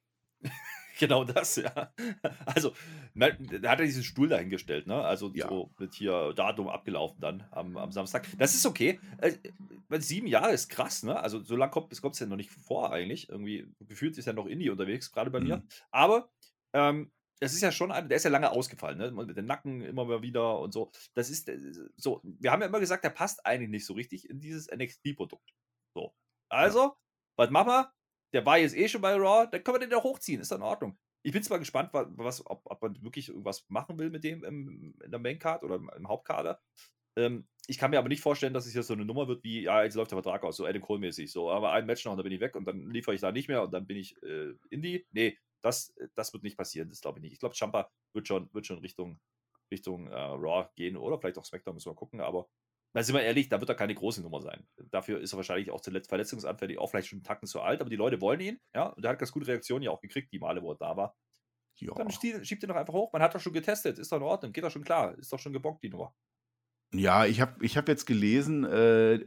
Genau das, ja. Also, da hat er diesen Stuhl dahingestellt, ne? Also Ja. so mit hier Datum abgelaufen dann am, am Samstag. Das ist okay. Äh, weil sieben Jahre ist krass, ne? Also so lange kommt es ja noch nicht vor eigentlich. Irgendwie gefühlt ist ja noch Indie unterwegs, gerade bei mir. Mhm. Aber ähm, das ist ja schon einer, der ist ja lange ausgefallen, ne? Mit dem Nacken immer mal wieder und so. Das ist äh, so, wir haben ja immer gesagt, der passt eigentlich nicht so richtig in dieses N X T-Produkt. So. Also, was machen wir? Der war jetzt eh schon bei Raw, dann können wir den da hochziehen, ist doch in Ordnung. Ich bin zwar gespannt, wa- was, ob, ob man wirklich irgendwas machen will mit dem im, in der Maincard oder im, im Hauptkader. Ähm, ich kann mir aber nicht vorstellen, dass es jetzt so eine Nummer wird wie, ja, jetzt läuft der Vertrag aus, so Adam Cole-mäßig. So, aber ein Match noch und dann bin ich weg und dann liefere ich da nicht mehr und dann bin ich äh, Indie. Nee, das, das wird nicht passieren, das glaube ich nicht. Ich glaube, Ciampa wird schon, wird schon Richtung, Richtung äh, Raw gehen oder vielleicht auch SmackDown, müssen wir mal gucken, aber na, sind wir ehrlich, da wird er keine große Nummer sein. Dafür ist er wahrscheinlich auch zuletzt verletzungsanfällig, auch vielleicht schon einen Tacken zu alt, aber die Leute wollen ihn, ja, und er hat ganz gute Reaktionen ja auch gekriegt, die Male, wo er da war. Ja. Dann schiebt, schiebt ihn doch einfach hoch. Man hat doch schon getestet, ist doch in Ordnung, geht doch schon klar, ist doch schon gebockt, die Nummer. Ja, ich habe ich hab jetzt gelesen, äh,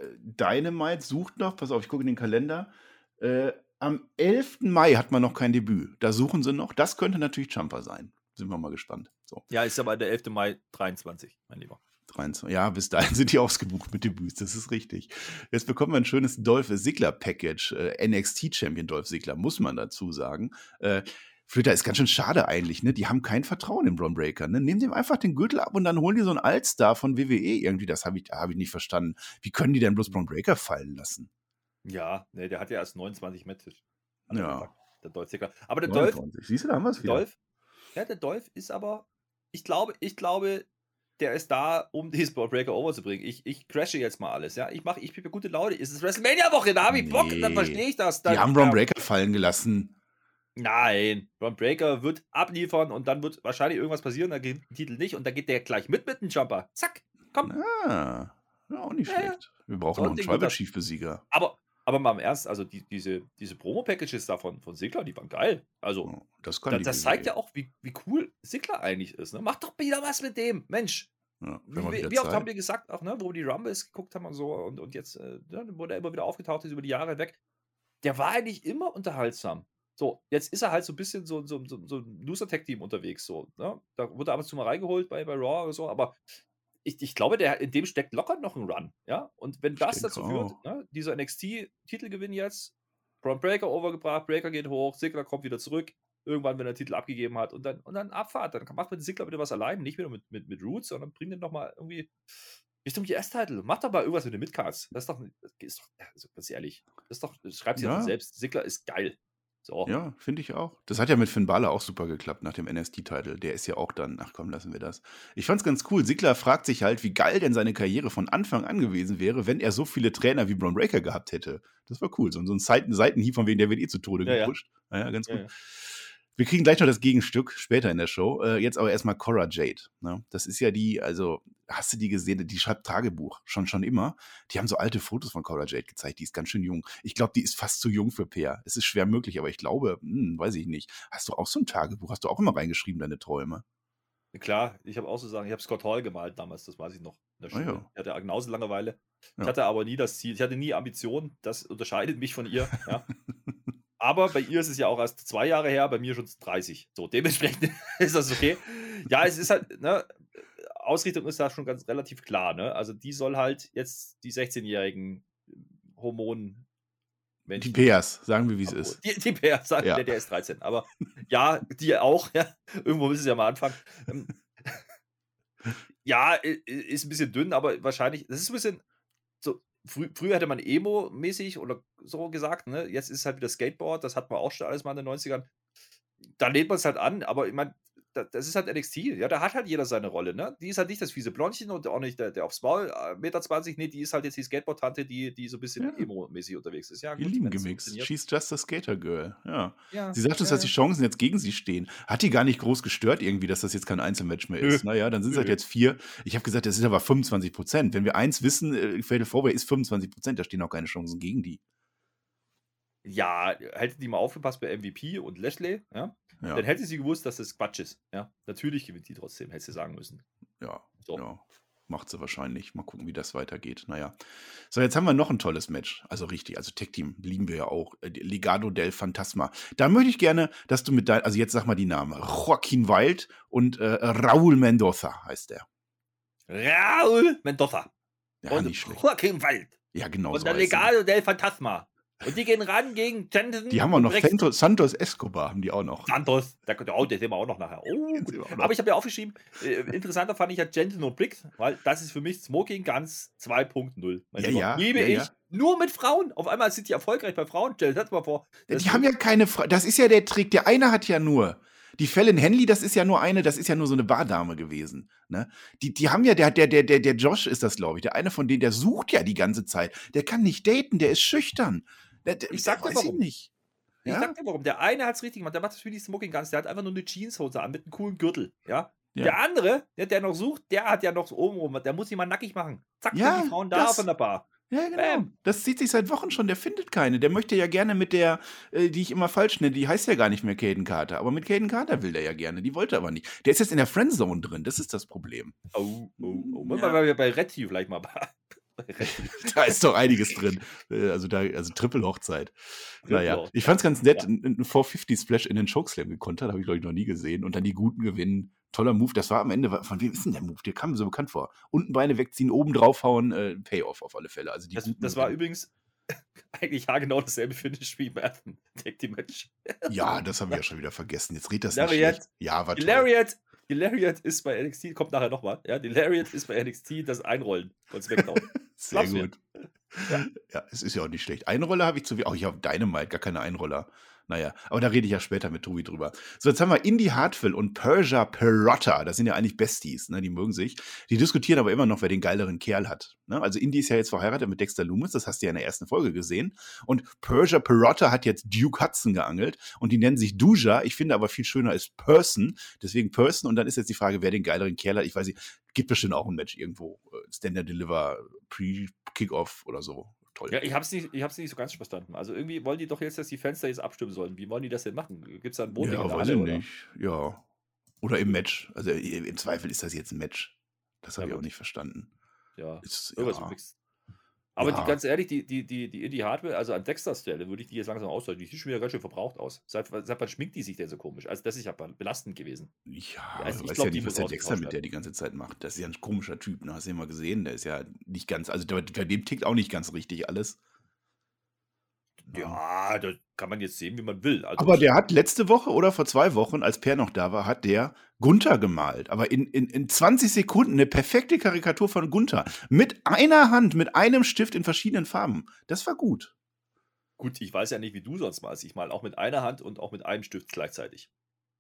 Dynamite sucht noch, pass auf, ich gucke in den Kalender. Äh, am elften Mai hat man noch kein Debüt. Da suchen sie noch. Das könnte natürlich Ciampa sein. Sind wir mal gespannt. So, Ja, ist aber der elfte Mai dreiundzwanzig, mein Lieber. dreiundzwanzig. Ja, bis dahin sind die ausgebucht mit Debüts, das ist richtig. Jetzt bekommen wir ein schönes Dolph Ziggler-Package. Äh, N X T-Champion Dolph Ziggler, muss man dazu sagen. Äh, Flöter ist ganz schön schade eigentlich, ne? Die haben kein Vertrauen in Bron Breakker, ne? Nehmen dem einfach den Gürtel ab und dann holen die so einen Allstar von W W E irgendwie. Das habe ich, hab ich nicht verstanden. Wie können die denn bloß Bron Breakker fallen lassen? Ja, ne, der hat ja erst neunundzwanzig Matches. Hat er Ja. gesagt, Der Dolph Ziggler. Aber der Dolph, neunundzwanzig. Siehst du, da haben wir es wieder. Dolph, ja, der Dolph ist aber, ich glaube, ich glaube, der ist da, um dieses Bron Breakker overzubringen. Ich, ich crashe jetzt mal alles, ja. Ich mache, ich bin gute Laune. Es ist WrestleMania-Woche, da habe ich Bock, dann Nee. verstehe ich das. Die Dann, haben Bron ja, Breakker fallen gelassen. Nein, Bron Breakker wird abliefern und dann wird wahrscheinlich irgendwas passieren, dann geht der Titel nicht und dann geht der gleich mit mit dem Jumper. Zack, komm. Ah, ja, auch nicht Ja, ja. schlecht. Wir brauchen So noch ein einen Ding Tribal wird das. Chief Besieger. Aber, aber mal im Ernst, also die, diese, diese Promo-Packages da von, von Sigler, die waren geil. Also, Ja, das kann das, die das W W E. zeigt ja auch, wie, wie cool Sigler eigentlich ist. Ne? Mach doch wieder was mit dem, Mensch. Ja, wenn man Wie, wieder wie oft Zeit- haben wir gesagt, auch, ne, wo wir die Rumbles geguckt haben und so und, und jetzt, äh, ne, wo der immer wieder aufgetaucht ist über die Jahre hinweg. Der war eigentlich immer unterhaltsam. So, jetzt ist er halt so ein bisschen so, so, so, so ein Loser-Tag-Team unterwegs. So, ne? Da wurde er ab und zu mal reingeholt bei, bei Raw oder so, aber ich, ich glaube, der, in dem steckt locker noch ein Run. Ja? Und wenn Ich das denke dazu führt, auch. ne, dieser N X T-Titelgewinn jetzt, Braun Breaker overgebracht, Breaker geht hoch, Ziggler kommt wieder zurück, irgendwann, wenn er den Titel abgegeben hat und dann, und dann Abfahrt. Dann macht man den Ziggler bitte was allein, nicht wieder mit, mit, mit Roots, sondern bringt den nochmal irgendwie Richtung die S-Title. Macht doch mal irgendwas mit den Midcards. Das ist doch, das ist doch also ganz ehrlich, das ist doch, das schreibt sich ja von Ja, selbst. Ziggler ist geil. So. ja, finde ich auch. Das hat ja mit Finn Balor auch super geklappt nach dem N X T-Titel. Der ist ja auch dann, ach komm, lassen wir das. Ich fand's ganz cool. Ziggler fragt sich halt, wie geil denn seine Karriere von Anfang an gewesen wäre, wenn er so viele Trainer wie Braun Breaker gehabt hätte. Das war cool. So, so ein Seiten Seitenhieb, von wegen der wird eh zu Tode Ja, ja. gepusht. Naja, ganz Ja, gut. ja. Wir kriegen gleich noch das Gegenstück später in der Show. Äh, jetzt aber erstmal Cora Jade. Ne? Das ist ja die, also, hast du die gesehen? Die schreibt Tagebuch. Schon, schon immer. Die haben so alte Fotos von Cora Jade gezeigt. Die ist ganz schön jung. Ich glaube, die ist fast zu jung für Peer. Es ist schwer möglich, aber ich glaube, hm, weiß ich nicht. Hast du auch so ein Tagebuch? Hast du auch immer reingeschrieben, deine Träume? Klar, ich habe auch so Sachen, ich habe Scott Hall gemalt damals, das weiß ich noch, in der Ah, Schule. ja. Ich hatte genauso Langeweile. Ich Ja. hatte aber nie das Ziel, ich hatte nie Ambitionen, das unterscheidet mich von ihr. Ja. Aber bei ihr ist es ja auch erst zwei Jahre her, bei mir schon dreißig. So, dementsprechend ist das okay. Ja, es ist halt, ne, Ausrichtung ist da schon ganz relativ klar, ne? Also die soll halt jetzt die sechzehnjährigen Hormonen Die Menschen Peers, sagen wir, wie es abholen. ist. Die, die Bär, sagt Ja. der, der ist dreizehn. Aber ja, die auch, ja. Irgendwo müssen sie ja mal anfangen. Ähm, Ja, i- i- ist ein bisschen dünn, aber wahrscheinlich, das ist ein bisschen so, frü früher hätte man Emo-mäßig oder so gesagt, ne? Jetzt ist es halt wieder Skateboard, das hat man auch schon alles mal in den neunzigern. Da lehnt man es halt an, aber ich meine, da, das ist halt N X T, ja, da hat halt jeder seine Rolle, ne? Die ist halt nicht das fiese Blondchen und auch nicht der, der aufs Maul, äh, Meter zwanzig, nee, die ist halt jetzt die Skateboard-Tante, die, die so ein bisschen Ja. Emo-mäßig unterwegs ist. Ja, Die gut, lieben wenn es gemixt. funktioniert. She's just a skater girl. Ja. Ja, Sie sagt uns, ja, dass die ja. Chancen jetzt gegen sie stehen. Hat die gar nicht groß gestört irgendwie, dass das jetzt kein Einzelmatch mehr ist. Nö. Naja, dann sind es halt Nö. jetzt vier. Ich habe gesagt, das ist aber fünfundzwanzig Prozent. Wenn wir eins wissen, äh, Fatal Four-Way ist fünfundzwanzig Prozent, da stehen auch keine Chancen gegen die. Ja, hätte die mal aufgepasst bei M V P und Lashley, ja, Ja, dann hätte sie gewusst, dass das Quatsch ist. Ja, natürlich gewinnt die trotzdem, hätte sie sagen müssen. ja, So. ja. Macht sie wahrscheinlich. Mal gucken, wie das weitergeht. Naja. So, jetzt haben wir noch ein tolles Match. Also richtig, also Tech-Team lieben wir ja auch. Äh, Legado del Fantasma. Da möchte ich gerne, dass du mit deinem, also jetzt sag mal die Namen. Joaquin Wild und äh, Raúl Mendoza heißt der. Raúl Mendoza Ja, und nicht schlecht. Joaquin Wild Ja, genau und so der heißt sie. Legado del Fantasma. Und die gehen ran gegen Jensen. Die haben wir und noch. Braxton Santos, Santos Escobar haben die auch noch. Santos. Da, oh, den sehen wir auch noch nachher. Oh, Den gut. sehen wir auch noch. Aber ich habe ja aufgeschrieben, äh, interessanter fand ich ja Jensen und Briggs, weil das ist für mich Smoking Guns zwei Punkt null. Mein Ja, Lieber, ja, liebe ja, ich. ja. Nur mit Frauen. Auf einmal sind die erfolgreich bei Frauen. Stell dir das mal vor. Das Die haben ja keine Frau. Das ist ja der Trick. Der eine hat ja nur. Die Fallon Henley, das ist ja nur eine, das ist ja nur so eine Bardame gewesen. Ne? Die, die haben ja, der, der, der, der, der Josh ist das, glaube ich. Der eine von denen, der sucht ja die ganze Zeit. Der kann nicht daten, der ist schüchtern. Der, der, Ich sag dir weiß warum. Ich nicht. Ich Ja? sag dir warum. Der eine hat es richtig gemacht. Der macht das für die Smoking Guns. Der hat einfach nur eine Jeanshose an mit einem coolen Gürtel. Ja. Ja. Der andere, der, der noch sucht, der hat ja noch so oben rum. Der muss sich mal nackig machen. Zack, Ja, sind die Frauen da das- von der Bar. Ja, genau. Bam. Das zieht sich seit Wochen schon. Der findet keine. Der möchte ja gerne mit der, äh, die ich immer falsch nenne, die heißt ja gar nicht mehr Caden Carter. Aber mit Caden Carter will der ja gerne. Die wollte aber nicht. Der ist jetzt in der Friendzone drin. Das ist das Problem. Oh, oh, oh. Ja. Mal bei, bei Retty vielleicht mal. Bei Retty. Da ist doch einiges drin. Äh, Also da, also Triple-Hochzeit. Naja, Triple-Hochzeit. ich fand's ganz nett, Ja. ein ein vierhundertfünfzig-Splash in den Chokeslam gekontert, habe ich glaube ich noch nie gesehen. Und dann die Guten gewinnen. Toller Move. Das war am Ende, von wem ist denn der Move? Der kam mir so bekannt vor. Unten Beine wegziehen, oben draufhauen, äh, Payoff auf alle Fälle. Also die Das, Guten das war gewinnen. übrigens eigentlich ja genau dasselbe Finish wie im ersten Tag Team Match. Ja, das haben wir ja schon wieder vergessen. Jetzt redet das nicht Lariat. schlecht. Ja, war Die toll. Lariat, die Lariat ist bei N X T, kommt nachher nochmal. Ja, die Lariat ist bei N X T das Einrollen und Smackdown. Sehr Glaub's mir. gut. Ja. es ist ja auch nicht schlecht. Einroller habe ich zu wenig. Oh, ich habe Dynamite, gar keine Einroller. Naja, aber da rede ich ja später mit Tobi drüber. So, jetzt haben wir Indy Hartwell und Persia Perotta. Das sind ja eigentlich Besties, ne? Die mögen sich. Die diskutieren aber immer noch, wer den geileren Kerl hat. Ne? Also Indy ist ja jetzt verheiratet mit Dexter Lumis, das hast du ja in der ersten Folge gesehen. Und Persia Perotta hat jetzt Duke Hudson geangelt und die nennen sich Duja. Ich finde aber viel schöner ist Person. Deswegen Person. Und dann ist jetzt die Frage, wer den geileren Kerl hat. Ich weiß nicht, gibt bestimmt auch ein Match irgendwo. äh, Stand and Deliver, Pre-Kickoff oder so. Toll. Ja, ich hab's nicht, ich hab's nicht so ganz verstanden. Also irgendwie wollen die doch jetzt, dass die Fans da jetzt abstimmen sollen. Wie wollen die das denn machen? Gibt's da ein Voting Ja, in der weiß Halle, ich oder? nicht. Ja. Oder im Match. Also i- im Zweifel ist das jetzt ein Match. Das habe Ja, ich auch gut. nicht verstanden. Ja, Ist, irgendwas ja. im Mix. Aber Ja. die, ganz ehrlich, die, die, die, die Indie Hardware, also an Dexters Stelle, würde ich die jetzt langsam austauschen. Die sieht schon wieder ganz schön verbraucht aus. Seit, seit wann schminkt die sich denn so komisch? Also das ist ja belastend gewesen. Ja, Also du ich weißt glaub, ja die nicht, was muss der Dexter ausgetauscht mit der die ganze Zeit macht. Das ist ja ein komischer Typ. Ne? Hast du ihn mal gesehen? Der ist ja nicht ganz, also der, bei dem tickt auch nicht ganz richtig alles. Ja, das kann man jetzt sehen, wie man will. Also Aber ich, der hat letzte Woche oder vor zwei Wochen, als Per noch da war, hat der Gunther gemalt. Aber in, in, in zwanzig Sekunden eine perfekte Karikatur von Gunther. Mit einer Hand, mit einem Stift in verschiedenen Farben. Das war gut. gut, ich weiß ja nicht, wie du sonst malst. Ich mal auch mit einer Hand und auch mit einem Stift gleichzeitig.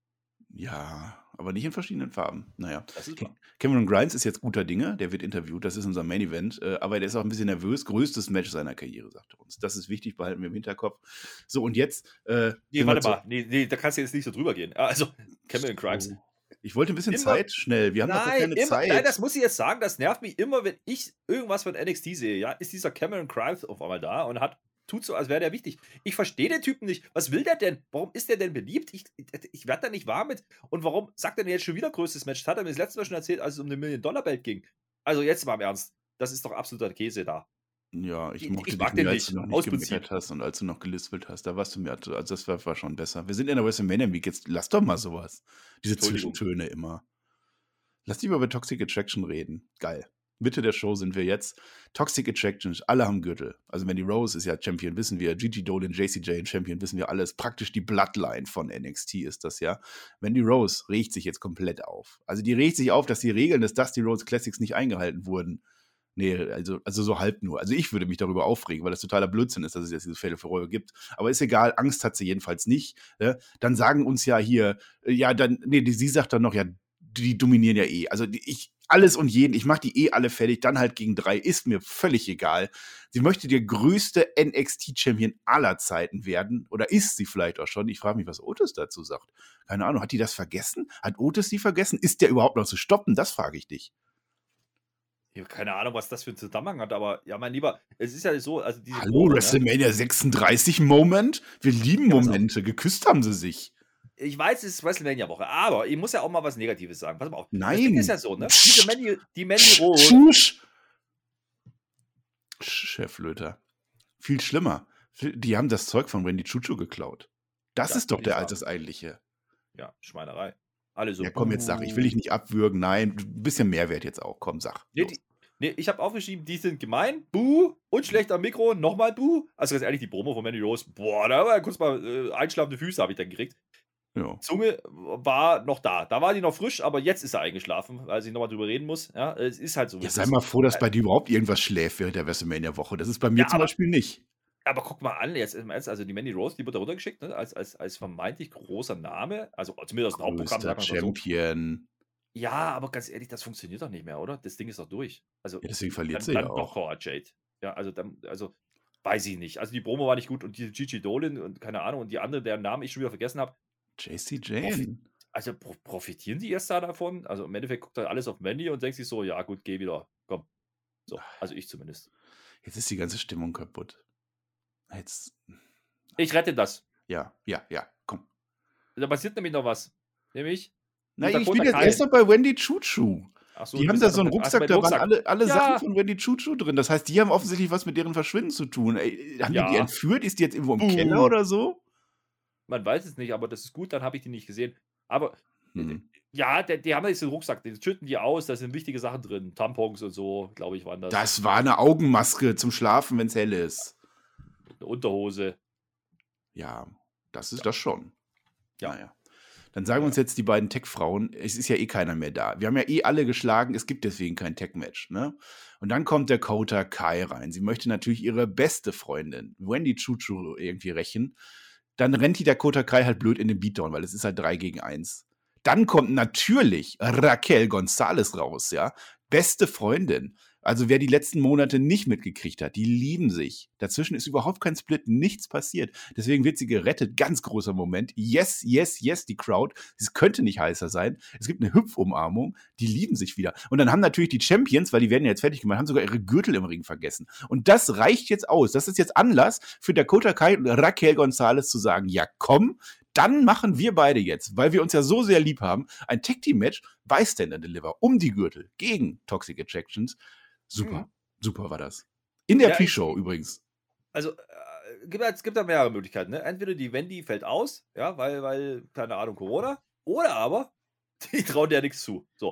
Ja, aber nicht in verschiedenen Farben. Naja. Das ist Ke- wahr. Cameron Grimes ist jetzt guter Dinge, der wird interviewt, das ist unser Main Event, äh, aber der ist auch ein bisschen nervös. Größtes Match seiner Karriere, sagt er uns. Das ist wichtig, behalten wir im Hinterkopf. So, und jetzt. Äh, Nee, gehen wir warte zu- mal. Nee, nee, da kannst du jetzt nicht so drüber gehen. Also, Cameron Grimes. Ich wollte ein bisschen Immer- Zeit schnell. Wir haben doch gar Nein, keine immer, Zeit. nein, das muss ich jetzt sagen. Das nervt mich immer, wenn ich irgendwas von N X T sehe. Ja, ist dieser Cameron Grimes auf einmal da und hat tut so, als wäre der wichtig. Ich verstehe den Typen nicht. Was will der denn? Warum ist der denn beliebt? Ich, ich werde da nicht warm mit. Und warum sagt er denn jetzt schon wieder größtes Match? Das hat er mir das letzte Mal schon erzählt, als es um eine Million-Dollar-Belt ging. Also jetzt mal im Ernst. Das ist doch absoluter Käse da. Ja, ich Ich- mochte ich dich mag den mehr, als nicht, du noch aus nicht Prinzip. gemeckert hast und als du noch gelispelt hast. Da warst du mir, also das war, war schon besser. Wir sind in der WrestleMania Week, jetzt lass doch mal sowas. Diese Entschuldigung. Zwischentöne immer. Lass dich mal über Toxic Attraction reden. Geil. Mitte der Show sind wir jetzt. Toxic Attraction, alle haben Gürtel. Also Mandy Rose ist ja Champion, wissen wir. Gigi Dolan, J C J Champion, wissen wir alles. Praktisch die Bloodline von N X T ist das ja. Mandy Rose regt sich jetzt komplett auf. Also die regt sich auf, dass die Regeln des Dusty Rhodes Classics nicht eingehalten wurden. Nee, also, also so halb nur. Also ich würde mich darüber aufregen, weil das totaler Blödsinn ist, dass es jetzt diese Fälle für Royal gibt. Aber ist egal, Angst hat sie jedenfalls nicht. Ne? Dann sagen uns ja hier, äh, ja, dann, nee, die, sie sagt dann noch, ja, die dominieren ja eh. Also die, ich, alles und jeden, ich mache die eh alle fertig, dann halt gegen drei, ist mir völlig egal. Sie möchte der größte N X T-Champion aller Zeiten werden. Oder ist sie vielleicht auch schon? Ich frage mich, was Otis dazu sagt. Keine Ahnung, hat die das vergessen? Hat Otis sie vergessen? Ist der überhaupt noch zu stoppen? Das frage ich dich. Ich habe keine Ahnung, was das für einen Zusammenhang hat, aber ja, mein Lieber, es ist ja so, also diese Hallo, Promo, ne? WrestleMania sechsunddreißig Moment? Wir lieben Ja, pass auf. Momente. Geküsst haben sie sich. Ich weiß, es ist WrestleMania-Woche, aber ich muss ja auch mal was Negatives sagen. Pass mal auf. Nein. Das Ding ist ja so, ne? Psst. Diese Mandy, die Mandy Rose. Schusch. Cheflöter. Viel schlimmer. Die haben das Zeug von Wendy Chuchu geklaut. Das Das ist doch will ich der sagen. das Eigentliche. Ja, Schweinerei. Alle so. Ja, komm, jetzt sag. Ich will dich nicht abwürgen. Nein, ein bisschen Mehrwert jetzt auch. Komm, sag. Nee, Los. die, nee, ich habe aufgeschrieben, die sind gemein. Buh. Und schlecht am Mikro. Nochmal Buh. Also ganz ehrlich, die Promo von Mandy Rose. Boah, da war ja kurz mal äh, einschlafende Füße, habe ich dann gekriegt. Ja. Zunge war noch da. Da war die noch frisch, aber jetzt ist er eingeschlafen, weil ich nochmal drüber reden muss. Ja, es ist halt so. wie Ja, es sei ist. mal froh, dass bei dir überhaupt irgendwas schläft während der WrestleMania-Woche. Das ist bei mir Ja, zum aber- Beispiel nicht. Aber guck mal an, jetzt im Ernst, also die Mandy Rose, die wird da runtergeschickt, ne, als, als, als vermeintlich großer Name. Also zumindest aus dem Hauptprogramm, Größter sagt man mal so. Champion. Ja, aber ganz ehrlich, das funktioniert doch nicht mehr, oder? Das Ding ist doch durch. Also, Ja, deswegen verliert dann, sie dann ja doch auch. Cora Jade. Ja, also dann, also, weiß ich nicht. Also die Promo war nicht gut und die Gigi Dolan und keine Ahnung und die andere, deren Namen ich schon wieder vergessen habe. J C Jane. Also pro profitieren die erst da davon? Also im Endeffekt guckt er alles auf Mandy und denkt sich so, ja gut, geh wieder. Komm. So, also ich zumindest. Jetzt ist die ganze Stimmung kaputt. Jetzt. Ich rette das. Ja, ja, ja, komm. Da passiert nämlich noch was. Nämlich. Na, dieser ich bin Dakota jetzt Kai. erst noch bei Wendy Chuchu. Ach so, Die du haben bist da also so einen mit- ach, Rucksack, mit da waren Rucksack. alle, alle Ja. Sachen von Wendy Chuchu drin. Das heißt, die haben offensichtlich was mit deren Verschwinden zu tun. Ey, haben Ja. die die entführt? Ist die jetzt irgendwo im Buh. Keller oder so? Man weiß es nicht, aber das ist gut, dann habe ich die nicht gesehen. Aber Hm. ja, der, die haben jetzt den Rucksack, den schütten die aus, da sind wichtige Sachen drin. Tampons und so, glaube ich, waren das. Das war eine Augenmaske zum Schlafen, wenn es hell ist. Eine Unterhose. Ja, das ist das schon. Ja. Naja. Dann sagen uns jetzt die beiden Tech-Frauen, es ist ja eh keiner mehr da. Wir haben ja eh alle geschlagen, es gibt deswegen kein Tech-Match. Ne? Und dann kommt der Kota Kai rein. Sie möchte natürlich ihre beste Freundin, Wendy Chuchu, irgendwie rächen. Dann rennt die der Kota Kai halt blöd in den Beatdown, weil es ist halt drei gegen eins. Dann kommt natürlich Raquel Gonzalez raus, ja. Beste Freundin. Also wer die letzten Monate nicht mitgekriegt hat, die lieben sich. Dazwischen ist überhaupt kein Split, nichts passiert. Deswegen wird sie gerettet. Ganz großer Moment. Yes, yes, yes, die Crowd. Es könnte nicht heißer sein. Es gibt eine Hüpfumarmung. Die lieben sich wieder. Und dann haben natürlich die Champions, weil die werden ja jetzt fertig gemacht, haben sogar ihre Gürtel im Ring vergessen. Und das reicht jetzt aus. Das ist jetzt Anlass für Dakota Kai und Raquel Gonzalez zu sagen, ja komm, dann machen wir beide jetzt, weil wir uns ja so sehr lieb haben, ein Tag-Team-Match bei Stand and Deliver um die Gürtel gegen Toxic Attractions. Super, Mhm. super war das. In der Ja, Pre-Show übrigens. Also, äh, gibt, es gibt da mehrere Möglichkeiten. Ne? Entweder die Wendy fällt aus, ja, weil, weil, keine Ahnung, Corona, oder aber die trauen der nichts zu. So.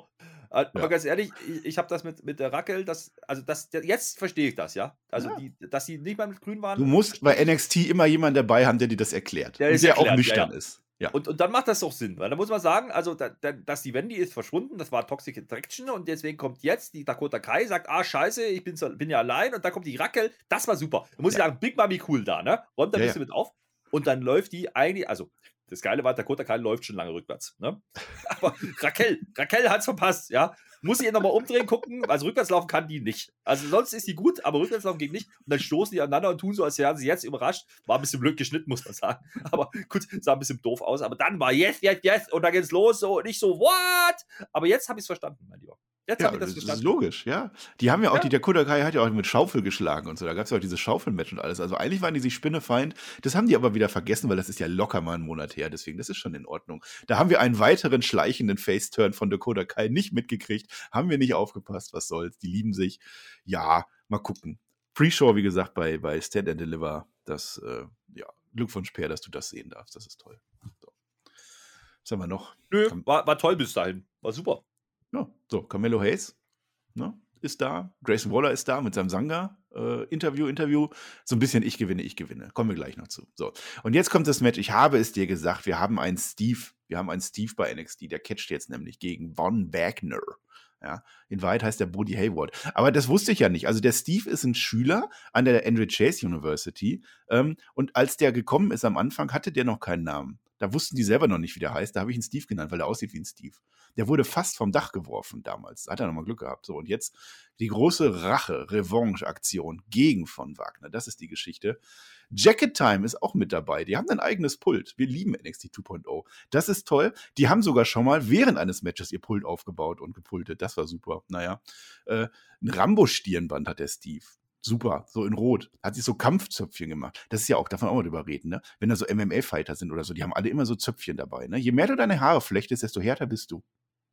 Aber Ja. ganz ehrlich, ich, ich habe das mit, mit der Rackel, das, also das, jetzt verstehe ich das, ja. Also, Ja. die, dass die nicht mal mit grün waren. Du musst bei N X T immer jemanden dabei haben, der dir das erklärt. Der und ist der auch erklärt, ja, nüchtern ja. ist. Ja. Und, und dann macht das doch Sinn, weil da muss man sagen, also, da, da, dass die Wendy ist verschwunden, das war Toxic Attraction und deswegen kommt jetzt die Dakota Kai, sagt, ah, scheiße, ich bin, so, bin ja allein und dann kommt die Rackel, das war super. Da muss Ja. ich sagen, Big Mami cool da, ne? Räumt da ein Ja, bisschen mit auf und dann läuft die eigentlich, also, das Geile war, Dakota Kai läuft schon lange rückwärts, ne? Aber Raquel, Raquel hat's verpasst, ja? Muss sie nochmal umdrehen, gucken, also rückwärts laufen kann die nicht. Also sonst ist die gut, aber rückwärts laufen geht nicht. Und dann stoßen die aneinander und tun so, als wären sie jetzt überrascht. War ein bisschen blöd geschnitten, muss man sagen. Aber gut, sah ein bisschen doof aus. Aber dann war yes, yes, yes und dann geht's los so und ich so, what? Aber jetzt habe ich es verstanden, mein Lieber. Jetzt Ja, habe ich das das ist verstanden. logisch, ja. Die haben ja auch, Ja. die Dakota Kai hat ja auch mit Schaufel geschlagen und so. Da gab es ja auch dieses Schaufelmatch und alles. Also eigentlich waren die sich Spinnefeind. Das haben die aber wieder vergessen, weil das ist ja locker mal einen Monat her. Deswegen, das ist schon in Ordnung. Da haben wir einen weiteren schleichenden Face-Turn von Dakota Kai nicht mitgekriegt. Haben wir nicht aufgepasst, was soll's. Die lieben sich. Ja, mal gucken. Pre-Show, wie gesagt, bei, bei Stand and Deliver. Das, äh, ja, Glückwunsch, Per, dass du das sehen darfst. Das ist toll. So. Was haben wir noch? Nö, war, war toll bis dahin. War super. Ja, so, Carmelo Hayes, ne, ist da. Grayson Waller ist da mit seinem Sanga. Äh, Interview, Interview. So ein bisschen ich gewinne, ich gewinne. Kommen wir gleich noch zu. So. Und jetzt kommt das Match. Ich habe es dir gesagt, wir haben einen Steve. Wir haben einen Steve bei N X T. Der catcht jetzt nämlich gegen Von Wagner. Ja, in Wahrheit heißt der Bodie Hayward. Aber das wusste ich ja nicht. Also der Steve ist ein Schüler an der Andrew Chase University. Ähm, und als der gekommen ist am Anfang, hatte der noch keinen Namen. Da wussten die selber noch nicht, wie der heißt. Da habe ich ihn Steve genannt, weil er aussieht wie ein Steve. Der wurde fast vom Dach geworfen damals. Da hat er nochmal Glück gehabt. So, und jetzt die große Rache, Revanche-Aktion gegen Von Wagner. Das ist die Geschichte. Jacket Time ist auch mit dabei. Die haben ein eigenes Pult. Wir lieben N X T zwei Punkt null. Das ist toll. Die haben sogar schon mal während eines Matches ihr Pult aufgebaut und gepultet. Das war super. Naja, äh, ein Rambo-Stirnband hat der Steve. Super, so in Rot. Hat sich so Kampfzöpfchen gemacht. Das ist ja auch, darf man auch mal drüber reden, ne? Wenn da so M M A-Fighter sind oder so, die haben alle immer so Zöpfchen dabei, ne? Je mehr du deine Haare flechtest, desto härter bist du.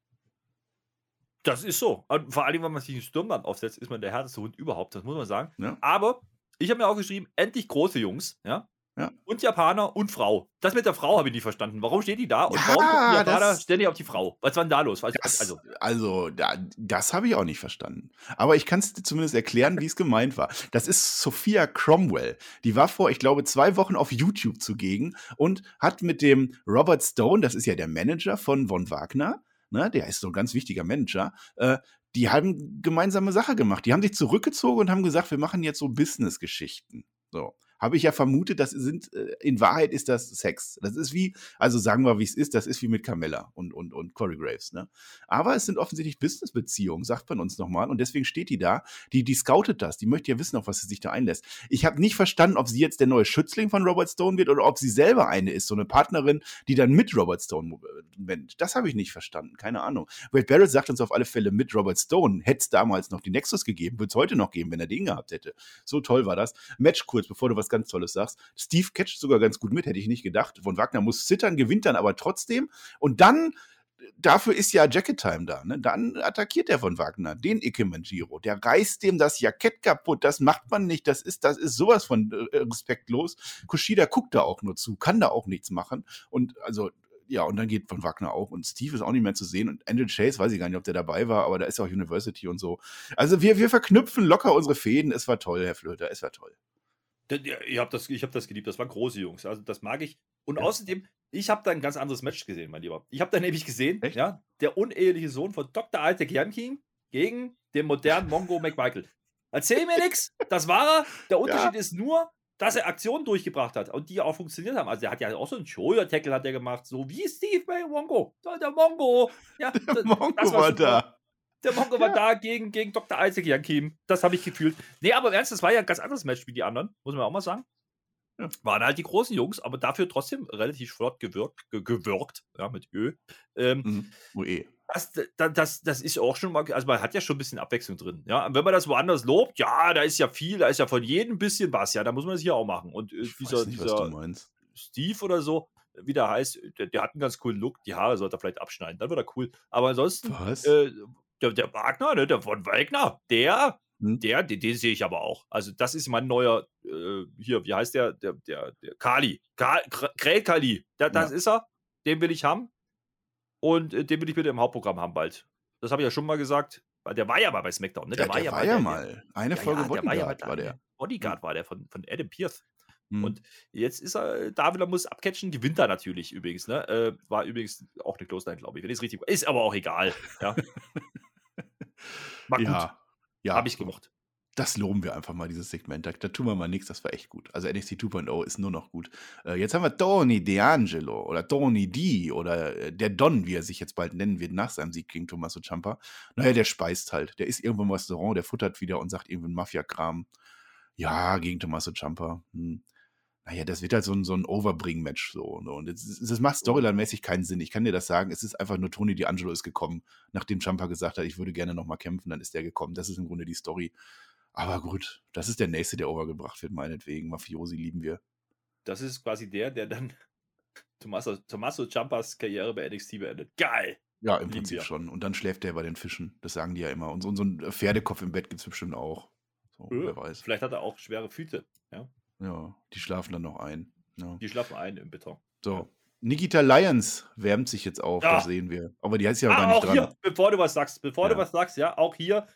Das ist so. Und vor allem, wenn man sich ein Stirnband aufsetzt, ist man der härteste Hund überhaupt. Das muss man sagen. Ja. Aber ich habe mir auch geschrieben, endlich große Jungs, ja. Ja. Und Japaner und Frau. Das mit der Frau habe ich nicht verstanden. Warum steht die da? Und Ja, warum gucken die Japaner das- ständig auf die Frau? Was war denn da los? Also, Das, also also, da, das habe ich auch nicht verstanden. Aber ich kann es dir zumindest erklären, wie es gemeint war. Das ist Sophia Cromwell. Die war vor, ich glaube, zwei Wochen auf YouTube zugegen und hat mit dem Robert Stone, das ist ja der Manager von Von Wagner, ne, der ist so ein ganz wichtiger Manager, äh, die haben gemeinsame Sache gemacht. Die haben sich zurückgezogen und haben gesagt, wir machen jetzt so Business-Geschichten. So. Habe ich ja vermutet, das sind, äh, in Wahrheit ist das Sex. Das ist wie, also sagen wir, wie es ist, das ist wie mit Carmella und, und, und Corey Graves, ne? Aber es sind offensichtlich Business-Beziehungen, sagt man uns nochmal. Und deswegen steht die da, die, die scoutet das, die möchte ja wissen, auf was sie sich da einlässt. Ich habe nicht verstanden, ob sie jetzt der neue Schützling von Robert Stone wird oder ob sie selber eine ist, so eine Partnerin, die dann mit Robert Stone wendet. Das habe ich nicht verstanden, keine Ahnung. Wade Barrett sagt uns auf alle Fälle, mit Robert Stone hätte es damals noch die Nexus gegeben, würde es heute noch geben, wenn er den gehabt hätte. So toll war das. Match kurz, bevor du was ganz Tolles sagst. Steve catcht sogar ganz gut mit, hätte ich nicht gedacht. Von Wagner muss zittern, gewinnt dann aber trotzdem. Und dann, dafür ist ja Jacket Time da, ne? Dann attackiert er Von Wagner, den Ike Manjiro. Der reißt dem das Jackett kaputt. Das macht man nicht. Das ist, das ist sowas von äh, respektlos. Kushida guckt da auch nur zu, kann da auch nichts machen. Und also, ja, und dann geht Von Wagner auch. Und Steve ist auch nicht mehr zu sehen. Und Andrew Chase, weiß ich gar nicht, ob der dabei war, aber da ist ja auch University und so. Also wir, wir verknüpfen locker unsere Fäden. Es war toll, Herr Flöter, es war toll. ich habe das, ich hab das geliebt. Das waren große Jungs. Also das mag ich. Und Ja. außerdem, ich habe da ein ganz anderes Match gesehen, mein Lieber. Ich habe da nämlich gesehen, Echt? ja, der uneheliche Sohn von Doktor Isaac Yankin gegen den modernen Mongo McMichael. Erzähl mir nichts, das war er. Der Unterschied ist nur, dass er Aktionen durchgebracht hat und die auch funktioniert haben. Also der hat ja auch so einen Shoulder-Tackle hat der gemacht, so wie Steve bei Mongo. Der Mongo. Ja, Der das- Mongo das war super. da. Der Mongo war da gegen, gegen Doktor Isaac Yankim. Das habe ich gefühlt. Nee, aber im Ernst, das war ja ein ganz anderes Match wie die anderen, muss man auch mal sagen. Ja. Waren halt die großen Jungs, aber dafür trotzdem relativ flott gewirkt, ge gewirkt, ja, mit Ö. Ähm, Mhm. Oh eh. das, das, das, das ist auch schon mal, also man hat ja schon ein bisschen Abwechslung drin. Ja, und wenn man das woanders lobt, ja, da ist ja viel, da ist ja von jedem ein bisschen was, ja, da muss man das hier auch machen. Und äh, Ich dieser, weiß nicht, was dieser du meinst. Steve oder so, wie der heißt, der, der hat einen ganz coolen Look, die Haare sollte er vielleicht abschneiden, dann wird er cool. Aber ansonsten, Was? äh, der, der Wagner, ne, der von Wagner, der, Hm? der, den, den sehe ich aber auch. Also, das ist mein neuer, äh, hier, wie heißt der? Der, der, der Kali. Ka Krell Kali. Der, das Ja. ist er. Den will ich haben. Und äh, den will ich bitte im Hauptprogramm haben bald. das habe ich ja schon mal gesagt. Der war ja mal bei SmackDown, ne? Der, Der, der war ja mal. Eine ja, Folge ja, der war ja mal Bodyguard war der. Bodyguard war der von, von Adam Pearce. Hm. Und jetzt ist er, Davila muss abcatchen, gewinnt er natürlich übrigens, ne? Äh, war übrigens auch eine Close Line, glaube ich, wenn ich es richtig. Ist aber auch egal. Ja. War gut. Ja, ja. Habe ich gemocht. Das loben wir einfach mal, dieses Segment. Da, da tun wir mal nichts, das war echt gut. Also N X T zwei Punkt null ist nur noch gut. Äh, jetzt haben wir Tony D'Angelo oder Tony D oder äh, der Don, wie er sich jetzt bald nennen wird, nach seinem Sieg gegen Tommaso Ciampa. Naja, der speist halt. Der ist irgendwo im Restaurant, der futtert wieder und sagt irgendeinen Mafia-Kram. Ja, gegen Tommaso Ciampa. Hm. Naja, das wird halt so ein, so ein Overbring-Match. So, und das, das macht storyline-mäßig keinen Sinn. Ich kann dir das sagen. Es ist einfach nur, Tony D'Angelo ist gekommen, nachdem Ciampa gesagt hat, ich würde gerne nochmal kämpfen, dann ist der gekommen. Das ist im Grunde die Story. Aber gut, das ist der Nächste, der overgebracht wird, meinetwegen. Mafiosi lieben wir. Das ist quasi der, der dann Tommaso, Tommaso Ciampas Karriere bei N X T beendet. Geil! Ja, im Lieben Prinzip wir. schon. Und dann schläft der bei den Fischen. Das sagen die ja immer. Und so, und so ein Pferdekopf im Bett gibt es bestimmt auch. So, Äh, wer weiß. Vielleicht hat er auch schwere Füße. Ja? Ja, die schlafen dann noch ein. Ja. Die schlafen ein im Beton. So. Nikita Lyons wärmt sich jetzt auf, Ja. das sehen wir. Aber die heißt ja Ah, gar nicht auch dran. hier, bevor du was sagst, bevor Ja. du was sagst, ja, auch hier,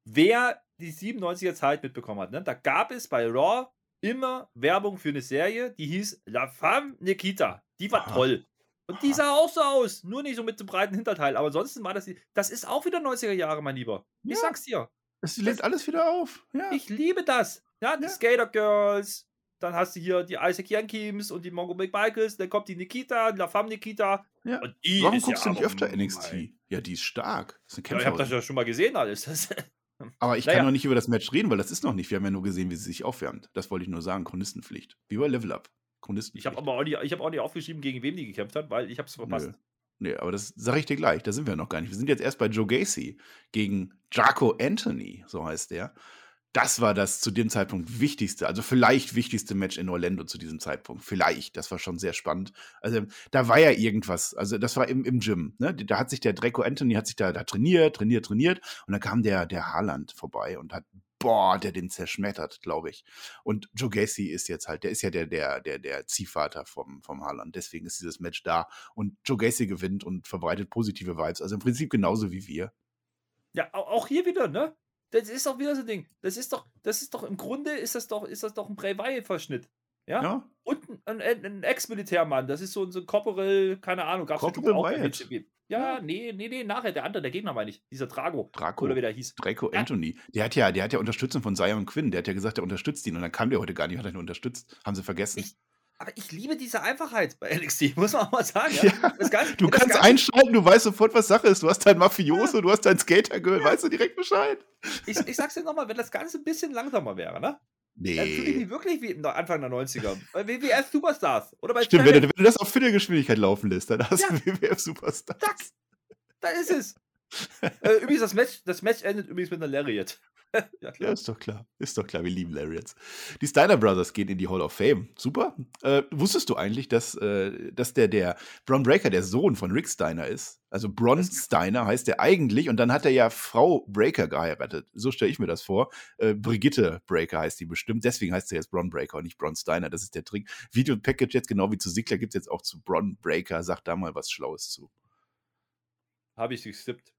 wer die siebenundneunziger Zeit mitbekommen hat, ne, da gab es bei Raw immer Werbung für eine Serie, die hieß La Femme Nikita. Die war Aha. toll. Und die Aha. sah auch so aus, nur nicht so mit dem breiten Hinterteil, aber ansonsten war das, die- das ist auch wieder neunziger Jahre, mein Lieber. Ich Ja. sag's dir. Es lebt alles wieder auf. Ja. Ich liebe das. Ja, die Ja. Skater Girls, dann hast du hier die Isaac Yankees und die Mongo McMichaels, dann kommt die Nikita, La Femme Nikita. Ja. Und die Warum ist guckst ja du nicht aber öfter N X mein- T? Ja, die ist stark. Das ist eine Ja, ich habe Kämpferin. das ja schon mal gesehen alles. Das, Aber ich Naja. kann noch nicht über das Match reden, weil das ist noch nicht. Wir haben ja nur gesehen, wie sie sich aufwärmt. Das wollte ich nur sagen. Chronistenpflicht. Wie bei Level Up. Chronistenpflicht. ich habe aber auch nicht, ich hab auch nicht aufgeschrieben, gegen wem die gekämpft hat, weil ich habe es verpasst. Nö. Nee, aber das sage ich dir gleich. Da sind wir noch gar nicht. Wir sind jetzt erst bei Joe Gacy gegen Jaco Anthony, so heißt der. Das war das zu dem Zeitpunkt wichtigste, also vielleicht wichtigste Match in Orlando zu diesem Zeitpunkt. Vielleicht. Das war schon sehr spannend. Also da war ja irgendwas. Also das war im, im Gym. Ne? Da hat sich der Draco Anthony hat sich da, da trainiert, trainiert, trainiert. Und dann kam der, der Haaland vorbei und hat, boah, der den zerschmettert, glaube ich. Und Joe Gacy ist jetzt halt, der ist ja der, der, der, der Ziehvater vom, vom Haaland. Deswegen ist dieses Match da. Und Joe Gacy gewinnt und verbreitet positive Vibes. Also im Prinzip genauso wie wir. Ja, au- auch hier wieder, ne? Das ist doch wieder so ein Ding. Das ist doch, das ist doch im Grunde ist das doch, ist das doch ein Bray Wyatt-Verschnitt. Ja? Ja? Und ein, ein, ein Ex-Militärmann, das ist so, ein- so ein Corporal, keine Ahnung, gab's Corporal auch bei Wyatt. W C W. Ja, nee, nee, nee, nachher, der andere, der Gegner meine ich. Dieser Drago. Draco. Oder wie der hieß. Draco Ja. Anthony. Der hat ja, der hat ja Unterstützung von Zion Quinn. Der hat ja gesagt, der unterstützt ihn. Und dann kam der heute gar nicht, hat er ihn unterstützt. Haben sie vergessen. Ich- Aber ich liebe diese Einfachheit bei N X T, muss man auch mal sagen. Ja? Ja, Das Ganze- du das kannst Ganze- einschalten, du weißt sofort, was Sache ist. Du hast dein Mafioso, du hast dein Skater-Girl, weißt du direkt Bescheid. Ich, ich sag's dir nochmal, wenn das Ganze ein bisschen langsamer wäre, ne? Dann fühle ich Nee. mich wirklich wie Anfang der neunziger. Bei W W F Superstars. Oder bei Stimmt, wenn Challenge. du, wenn du das auf Viertelgeschwindigkeit laufen lässt, dann hast Ja. du W W F Superstar. Zack, da ist es. äh, übrigens, das Match, das Match endet übrigens mit einer Lariat. ja, Ja, klar. ist doch klar. Ist doch klar, wir lieben Lariats. Die Steiner Brothers gehen in die Hall of Fame. Super. Äh, wusstest du eigentlich, dass, äh, dass der, der Bron Breakker der Sohn von Rick Steiner ist? Also Bron Das- Steiner heißt der eigentlich und dann hat er ja Frau Breakker geheiratet. So stelle ich mir das vor. Äh, Brigitte Breakker heißt die bestimmt. Deswegen heißt er jetzt Bron Breakker und nicht Bron Steiner. Das ist der Trick. Video-Package jetzt genau wie zu Sigler gibt es jetzt auch zu Bron Breakker. Sag da mal was Schlaues zu. Habe ich geskippt.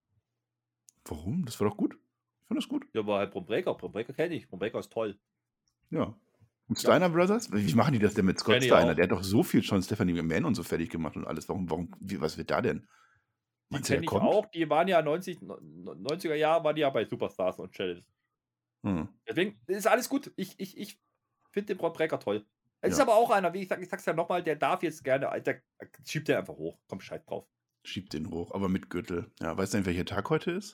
Warum? Das war doch gut. Ich fand das gut. Ja, war halt Bron Breakker. Bron Breakker kenne ich. Bron Breakker ist toll. Ja. Und Steiner Brothers? Wie machen die das denn mit Scott Kenn ich Steiner? auch. Der hat doch so viel schon Stephanie McMahon und so fertig gemacht und alles. Warum, warum, wie, was wird da denn? Die Meinst du, kenne der ich auch. Die waren ja neunzig, neunziger Jahre, waren die ja bei Superstars und Challenge. Hm. Deswegen ist alles gut. Ich, ich, ich finde den Bron Breakker toll. Es ist Ja. aber auch einer, wie ich sag, ich sag's ja nochmal, der darf jetzt gerne, der schiebt den einfach hoch. Komm, scheiß drauf. Schiebt den hoch, aber mit Gürtel. Ja, weißt du denn, welcher Tag heute ist?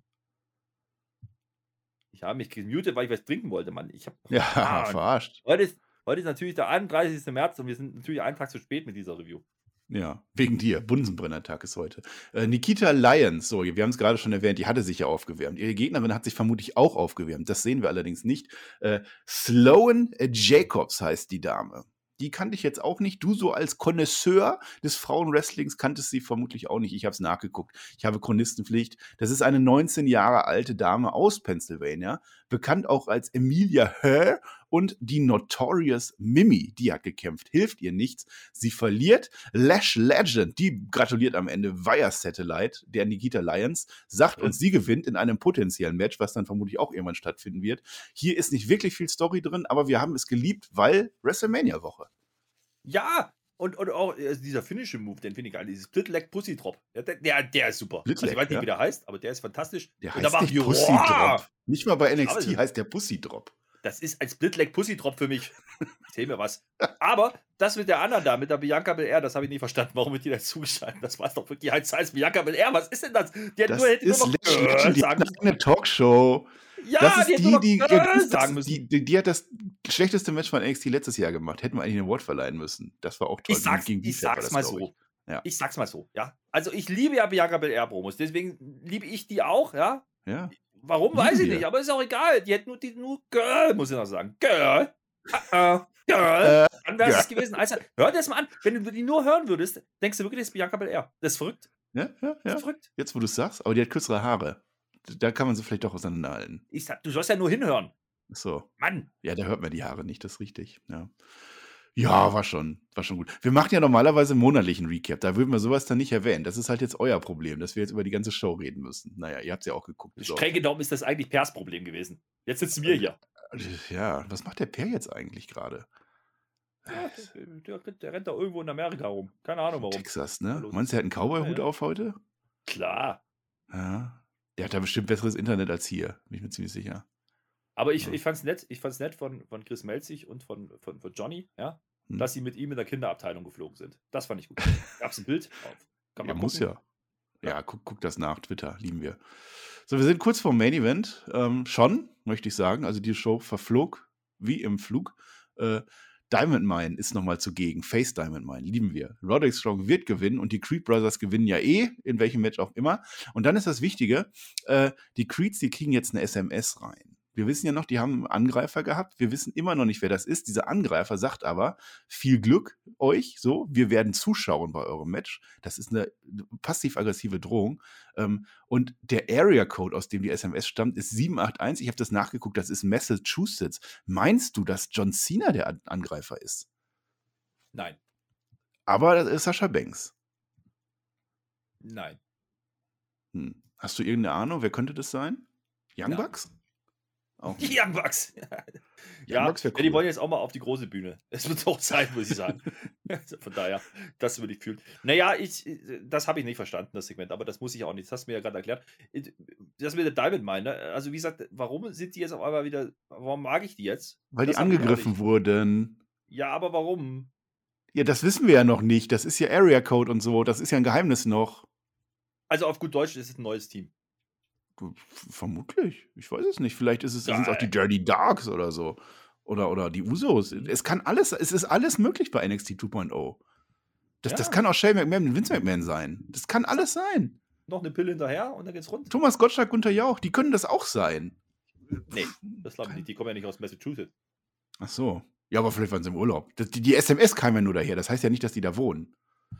Ich habe mich gemutet, weil ich was trinken wollte, Mann. Ich hab, Ja, Ah, und verarscht. heute, ist, heute ist natürlich der einunddreißigster März und wir sind natürlich einen Tag zu spät mit dieser Review. Ja, wegen dir. Bunsenbrenner-Tag ist heute. Äh, Nikita Lyons, so, wir haben es gerade schon erwähnt, die hatte sich ja aufgewärmt. Ihre Gegnerin hat sich vermutlich auch aufgewärmt. Das sehen wir allerdings nicht. Äh, Sloan Jacobs heißt die Dame. Die kannte ich jetzt auch nicht. Du so als Connoisseur des Frauenwrestlings kanntest sie vermutlich auch nicht. Ich habe es nachgeguckt. Ich habe Chronistenpflicht. Das ist eine neunzehn Jahre alte Dame aus Pennsylvania bekannt auch als Emilia Hare, und die Notorious Mimi, die hat gekämpft. Hilft ihr nichts. Sie verliert. Lash Legend, die gratuliert am Ende via Satellite, der Nikita Lyons, sagt uns, sie gewinnt in einem potenziellen Match, was dann vermutlich auch irgendwann stattfinden wird. Hier ist nicht wirklich viel Story drin, aber wir haben es geliebt, weil WrestleMania-Woche. Ja, und, und auch also dieser Finishing Move, den finde ich geil, dieses Split Leg Pussy Drop. Der, der, der ist super. Split also ich weiß nicht, ja. wie der heißt, aber der ist fantastisch. Der und heißt da nicht wir, Pussy Drop. Nicht mal bei N X T aber heißt der Pussy Drop. Das ist ein Split Leg Pussy Drop für mich. Erzähl mir was. Aber das mit der anderen da, mit der Bianca Belair, das habe ich nicht verstanden. Warum wird die da zugeschaltet? Das war doch wirklich heißt heißt Bianca Belair. Was ist denn das? Die hat das nur, hätte ist nur noch Legend, die hat eine Talkshow. Ja, das ist die, die, die, die, die, sagen müssen. Die, die, die hat das schlechteste Match von N X T letztes Jahr gemacht. Hätten wir eigentlich einen Award verleihen müssen. Das war auch toll. Ich sag's, Gegen ich sag's das, mal so. Ich. Ja. Ich sag's mal so, ja. Also ich liebe ja Bianca Belair Promos, deswegen liebe ich die auch, ja. Ja. Warum, Lieben weiß ich wir. nicht, aber ist auch egal. Die hätten nur, die, nur Girl, muss ich noch sagen. Girl. Uh -uh. Girl. Äh, Dann wäre es ja. es gewesen. Also, hör das mal an. Wenn du die nur hören würdest, denkst du wirklich, das ist Bianca Belair. Das ist verrückt. Ja, ja, Das ja. ist verrückt. Jetzt, wo du es sagst, aber die hat kürzere Haare. Da kann man sie vielleicht doch auseinanderhalten. Ich sag, du sollst ja nur hinhören. So. Mann. Ja, da hört man die Haare nicht, das ist richtig. Ja. Ja, war schon, war schon gut. Wir machen ja normalerweise einen monatlichen Recap. Da würden wir sowas dann nicht erwähnen. Das ist halt jetzt euer Problem, dass wir jetzt über die ganze Show reden müssen. Naja, ihr habt es ja auch geguckt. So. Streng genommen ist das eigentlich Pers Problem gewesen. Jetzt sitzen wir hier. Ja, was macht der Per jetzt eigentlich gerade? Ja, der, der, der rennt da irgendwo in Amerika rum. Keine Ahnung warum. Texas, ne? Los. Meinst du, er hat einen Cowboy-Hut Ja, ja. auf heute? Klar. Ja. Der hat da bestimmt besseres Internet als hier. Bin ich mir ziemlich sicher. Aber ich, Ja. ich fand's nett, ich fand's nett von, von Chris Melzig und von, von, von Johnny, ja, Hm. dass sie mit ihm in der Kinderabteilung geflogen sind. Das fand ich gut. Gab's ein Bild drauf. Kann Ja, man muss gucken. ja. Ja, guck, guck das nach, Twitter, lieben wir. So, wir sind kurz vorm Main Event. Ähm, schon, möchte ich sagen. Also die Show verflog wie im Flug. Äh, Diamond Mine ist nochmal zugegen. Face Diamond Mine, lieben wir. Roderick Strong wird gewinnen und die Creed Brothers gewinnen ja eh, in welchem Match auch immer. Und dann ist das Wichtige, äh, die Creeds, die kriegen jetzt eine S M S rein. Wir wissen ja noch, die haben einen Angreifer gehabt. Wir wissen immer noch nicht, wer das ist. Dieser Angreifer sagt aber, viel Glück euch, so, wir werden zuschauen bei eurem Match. Das ist eine passiv-aggressive Drohung. Ähm, und der Area-Code, aus dem die S M S stammt, ist sieben acht eins. Ich habe das nachgeguckt, das ist Massachusetts. Meinst du, dass John Cena der An- Angreifer ist? Nein. Aber das ist Sascha Banks. Nein. Hm. Hast du irgendeine Ahnung, wer könnte das sein? Young Ja. Bucks? Auch Die nicht. Young Bucks. Young Ja, Bucks wär ja, die cool. wollen jetzt auch mal auf die große Bühne. Es wird auch Zeit, muss ich sagen. Also von daher, das würde ich fühlen. Naja, ich, das habe ich nicht verstanden, das Segment, aber das muss ich auch nicht. Das hast du mir ja gerade erklärt. Das mit der Diamond Mine, ne? Also wie gesagt, warum sind die jetzt auf einmal wieder, warum mag ich die jetzt? Weil die Das hab ich auch angegriffen nicht. wurden. Ja, aber warum? Ja, das wissen wir ja noch nicht. Das ist ja Area Code und so. Das ist ja ein Geheimnis noch. Also auf gut Deutsch ist es ein neues Team. Du, f- Vermutlich. Ich weiß es nicht. Vielleicht ist es, sind es auch Geil. die Dirty Darks oder so. Oder, oder die Usos. Es kann alles, es ist alles möglich bei N X T zwei Punkt null. Das, das Ja. kann auch Shane McMahon und Vince McMahon sein. Das kann alles sein. Noch eine Pille hinterher und dann geht's rund. Thomas Gottschalk, Günther Jauch, die können das auch sein. Nee, das glaube ich nicht. Die kommen ja nicht aus Massachusetts. Ach so. Ja, aber vielleicht waren sie im Urlaub. Das, die, die S M S kam ja nur daher. Das heißt ja nicht, dass die da wohnen.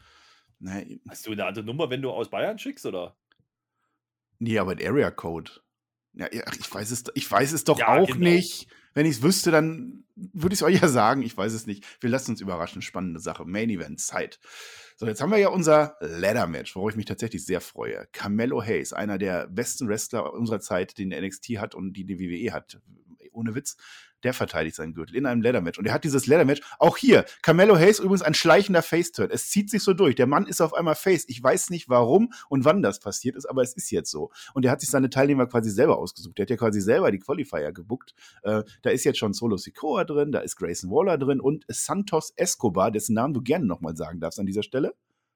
Nein, Hast du eine andere Nummer, wenn du aus Bayern schickst, oder? nee, aber ein Area Code. Ja, ja, ich weiß es, ich weiß es doch Ja, auch genau. nicht. Wenn ich es wüsste, dann würde ich es euch ja sagen. Ich weiß es nicht. Wir lassen uns überraschen. Spannende Sache. Main Event, Zeit. So, jetzt haben wir ja unser Ladder-Match, worauf ich mich tatsächlich sehr freue. Carmelo Hayes, einer der besten Wrestler unserer Zeit, den N X T hat und die die W W E hat. Ohne Witz. Der verteidigt seinen Gürtel in einem Ladder-Match. Und er hat dieses Ladder-Match. Auch hier, Carmelo Hayes übrigens ein schleichender Face-Turn. Es zieht sich so durch. Der Mann ist auf einmal Face. Ich weiß nicht, warum und wann das passiert ist, aber es ist jetzt so. Und er hat sich seine Teilnehmer quasi selber ausgesucht. Der hat ja quasi selber die Qualifier gebuckt. Äh, da ist jetzt schon Solo Sikoa drin, da ist Grayson Waller drin und Santos Escobar, dessen Namen du gerne nochmal sagen darfst an dieser Stelle.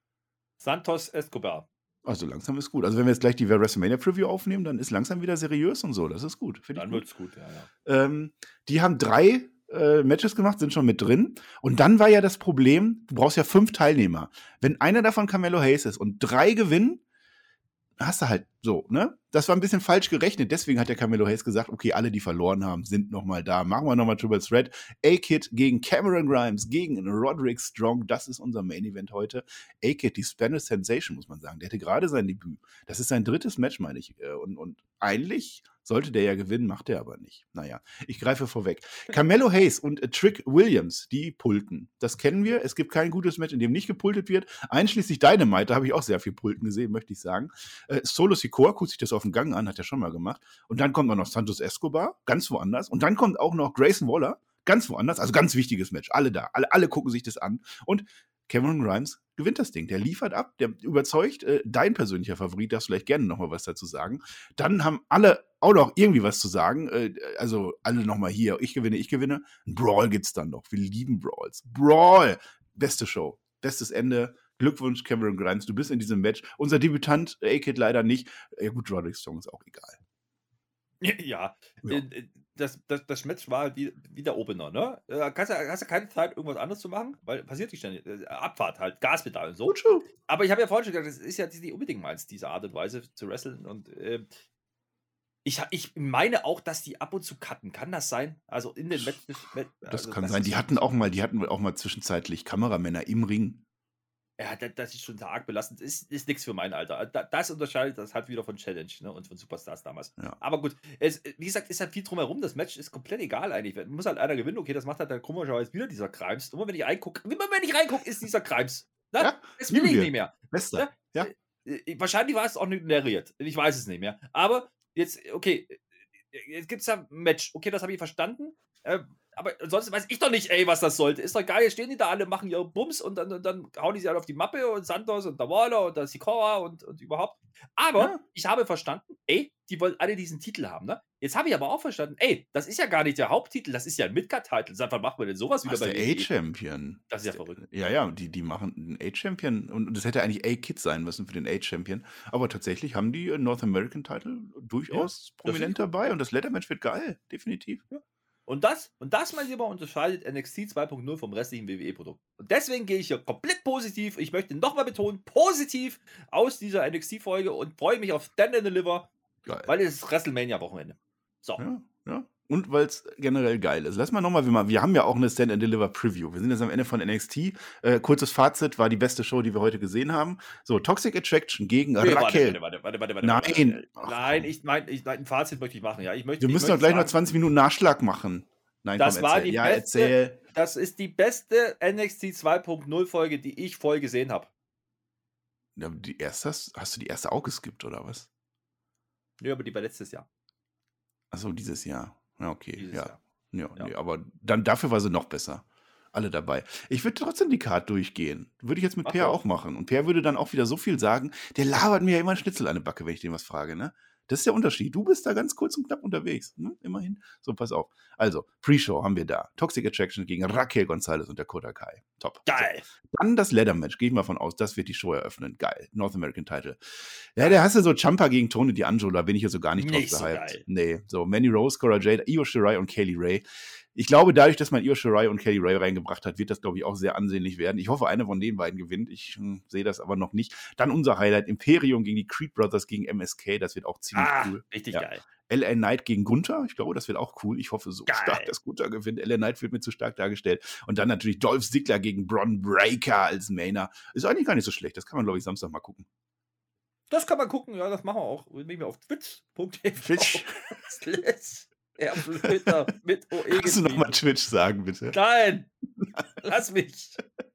Santos Escobar. Also langsam ist gut. Also wenn wir jetzt gleich die WrestleMania-Preview aufnehmen, dann ist langsam wieder seriös und so. Das ist gut. Finde ich Dann gut. wird's gut, ja, ja. Ähm, die haben drei äh, Matches gemacht, sind schon mit drin. Und dann war ja das Problem, du brauchst ja fünf Teilnehmer. Wenn einer davon Carmelo Hayes ist und drei gewinnen, hast du halt so, ne? Das war ein bisschen falsch gerechnet. Deswegen hat der Carmelo Hayes gesagt, okay, alle, die verloren haben, sind nochmal da. Machen wir nochmal Triple Threat. A-Kid gegen Cameron Grimes, gegen Roderick Strong. Das ist unser Main Event heute. A-Kid, die Spanish Sensation, muss man sagen. Der hatte gerade sein Debüt. Das ist sein drittes Match, meine ich. Und, und eigentlich sollte der ja gewinnen, macht er aber nicht. Naja, ich greife vorweg. Carmelo Hayes und äh, Trick Williams, die pulten. Das kennen wir. Es gibt kein gutes Match, in dem nicht gepultet wird. Einschließlich Dynamite, da habe ich auch sehr viel Pulten gesehen, möchte ich sagen. Äh, Solo Sikoa guckt sich das auf den Gang an, hat er schon mal gemacht. Und dann kommt auch noch Santos Escobar, ganz woanders. Und dann kommt auch noch Grayson Waller, ganz woanders. Also ganz wichtiges Match. Alle da. Alle, alle gucken sich das an. Und Cameron Grimes gewinnt das Ding. Der liefert ab, der überzeugt. Äh, dein persönlicher Favorit, darfst vielleicht gerne nochmal was dazu sagen. Dann haben alle auch noch irgendwie was zu sagen. Äh, also alle nochmal hier. Ich gewinne, ich gewinne. Ein Brawl gibt's dann noch. Wir lieben Brawls. Brawl! Beste Show. Bestes Ende. Glückwunsch, Cameron Grimes. Du bist in diesem Match. Unser Debütant, A-Kid, leider nicht. Ja gut, Roderick Strong ist auch egal. Ja, Ja. äh, das, das, das Match war halt wie, wie der Opener, ne? Äh, Hast du hast du keine Zeit, irgendwas anderes zu machen? Weil passiert nicht ständig. Äh, Abfahrt halt, Gaspedal und so. Gut schon. Aber ich habe ja vorhin schon gesagt, das ist ja nicht unbedingt meins, diese Art und Weise zu wresteln. Und äh, ich, ha- ich meine auch, dass die ab und zu cutten. Kann das sein? Also in den Matches. Met- Das also kann das sein. ist Die so- hatten auch mal, die hatten auch mal zwischenzeitlich Kameramänner im Ring. Ja, das, das ist schon arg belastend. Ist, ist nichts für mein Alter. Da, das unterscheidet das halt wieder von Challenge, ne? Und von Superstars damals. Ja. Aber gut, es, wie gesagt, ist halt viel drumherum. Das Match ist komplett egal eigentlich. Muss halt einer gewinnen. Okay, das macht halt dann komischerweise wieder dieser Grimes. Immer wenn ich reingucke, immer wenn ich reingucke, ist dieser Grimes. Ne? Ja, das will lieben ich wir. nicht mehr. Bester. Ne? Ja. Äh, Wahrscheinlich war es auch nicht generiert. Ich weiß es nicht mehr. Aber jetzt, okay, jetzt gibt es ja ein Match. Okay, das habe ich verstanden. Äh, aber ansonsten weiß ich doch nicht, ey, was das sollte. Ist doch geil, jetzt stehen die da alle, machen ihre Bums und dann, und dann hauen die sich alle auf die Mappe und Santos und der Waller und der Sikoa und, und überhaupt. Aber Ja. ich habe verstanden, ey, die wollen alle diesen Titel haben, ne? Jetzt habe ich aber auch verstanden, ey, das ist ja gar nicht der Haupttitel, das ist ja ein Midcard-Titel. Seit wann machen wir denn sowas wieder Was, der bei W W E? A-Champion. Das ist ja verrückt. Ja, ja, die, die machen einen A-Champion und das hätte eigentlich A-Kid sein müssen für den A-Champion. Aber tatsächlich haben die einen North American Title durchaus prominent dabei und das Leather-Match wird geil, definitiv. Und das, und das, mein Lieber, unterscheidet N X T zwei Punkt null vom restlichen W W E-Produkt. Und deswegen gehe ich hier komplett positiv, ich möchte nochmal betonen, positiv aus dieser N X T-Folge und freue mich auf Stand and Deliver, Geil. weil es ist WrestleMania-Wochenende. So. Ja, ja. Und weil es generell geil ist. Lass mal nochmal, wir, mal- wir haben ja auch eine Stand and Deliver Preview. Wir sind jetzt am Ende von N X T. Äh, kurzes Fazit, war die beste Show, die wir heute gesehen haben. So, Toxic Attraction gegen Nee, Raquel. warte, warte, warte, warte, warte, Nein. warte. Ach, Nein, komm. ich meine, ich, ein Fazit möchte ich machen. Ja, ich möchte, Wir ich müssen möchte doch gleich noch sagen, zwanzig Minuten Nachschlag machen. Nein, Das komm, war erzähl. die Ja, beste- erzähl. das ist die beste N X T zwei Punkt null Folge, die ich voll gesehen habe. Ja, die erste hast, hast du die erste auch geskippt, oder was? Nö, aber die war letztes Jahr. Achso, dieses Jahr. Ja, okay. Dieses ja. Jahr. Ja, Ja. Nee, aber dann dafür war sie noch besser. Alle dabei. Ich würde trotzdem die Card durchgehen. Würde ich jetzt mit Ach Per doch. auch machen. Und Per würde dann auch wieder so viel sagen. Der labert mir ja immer einen Schnitzel an die Backe, wenn ich den was frage, ne? Das ist der Unterschied. Du bist da ganz kurz und knapp unterwegs. Ne? Immerhin. So, pass auf. Also, Pre-Show haben wir da. Toxic Attraction gegen Raquel Gonzalez und Dakota Kai. Top. Geil. So. Dann das Leather-Match. Gehe ich mal von aus. Das wird die Show eröffnen. Geil. North American Title. Ja, der hast du so Ciampa gegen Tony D'Angelo. Da bin ich ja so gar nicht drauf Nicht so gehypt. geil. Nee. So, Manny Rose, Cora Jade, Io Shirai und Kaylee Ray. Ich glaube, dadurch, dass man Io Shirai und Kaylee Ray reingebracht hat, wird das, glaube ich, auch sehr ansehnlich werden. Ich hoffe, einer von den beiden gewinnt. Ich hm, sehe das aber noch nicht. Dann unser Highlight: Imperium gegen die Creed Brothers gegen M S K. Das wird auch ziemlich Ah, cool. richtig Ja. geil. L A Knight gegen Gunther. Ich glaube, das wird auch cool. Ich hoffe so Geil. stark, dass Gunther gewinnt. L A Knight wird mir zu stark dargestellt. Und dann natürlich Dolph Ziggler gegen Bron Breakker als Mainer. Ist eigentlich gar nicht so schlecht. Das kann man, glaube ich, Samstag mal gucken. Das kann man gucken, ja, das machen wir auch. Nehmen wir auf twitch punkt t v Twitch. slash Herr Flöter mit O E Kannst du noch mal geschrieben. Twitch sagen, bitte? Nein! Lass mich!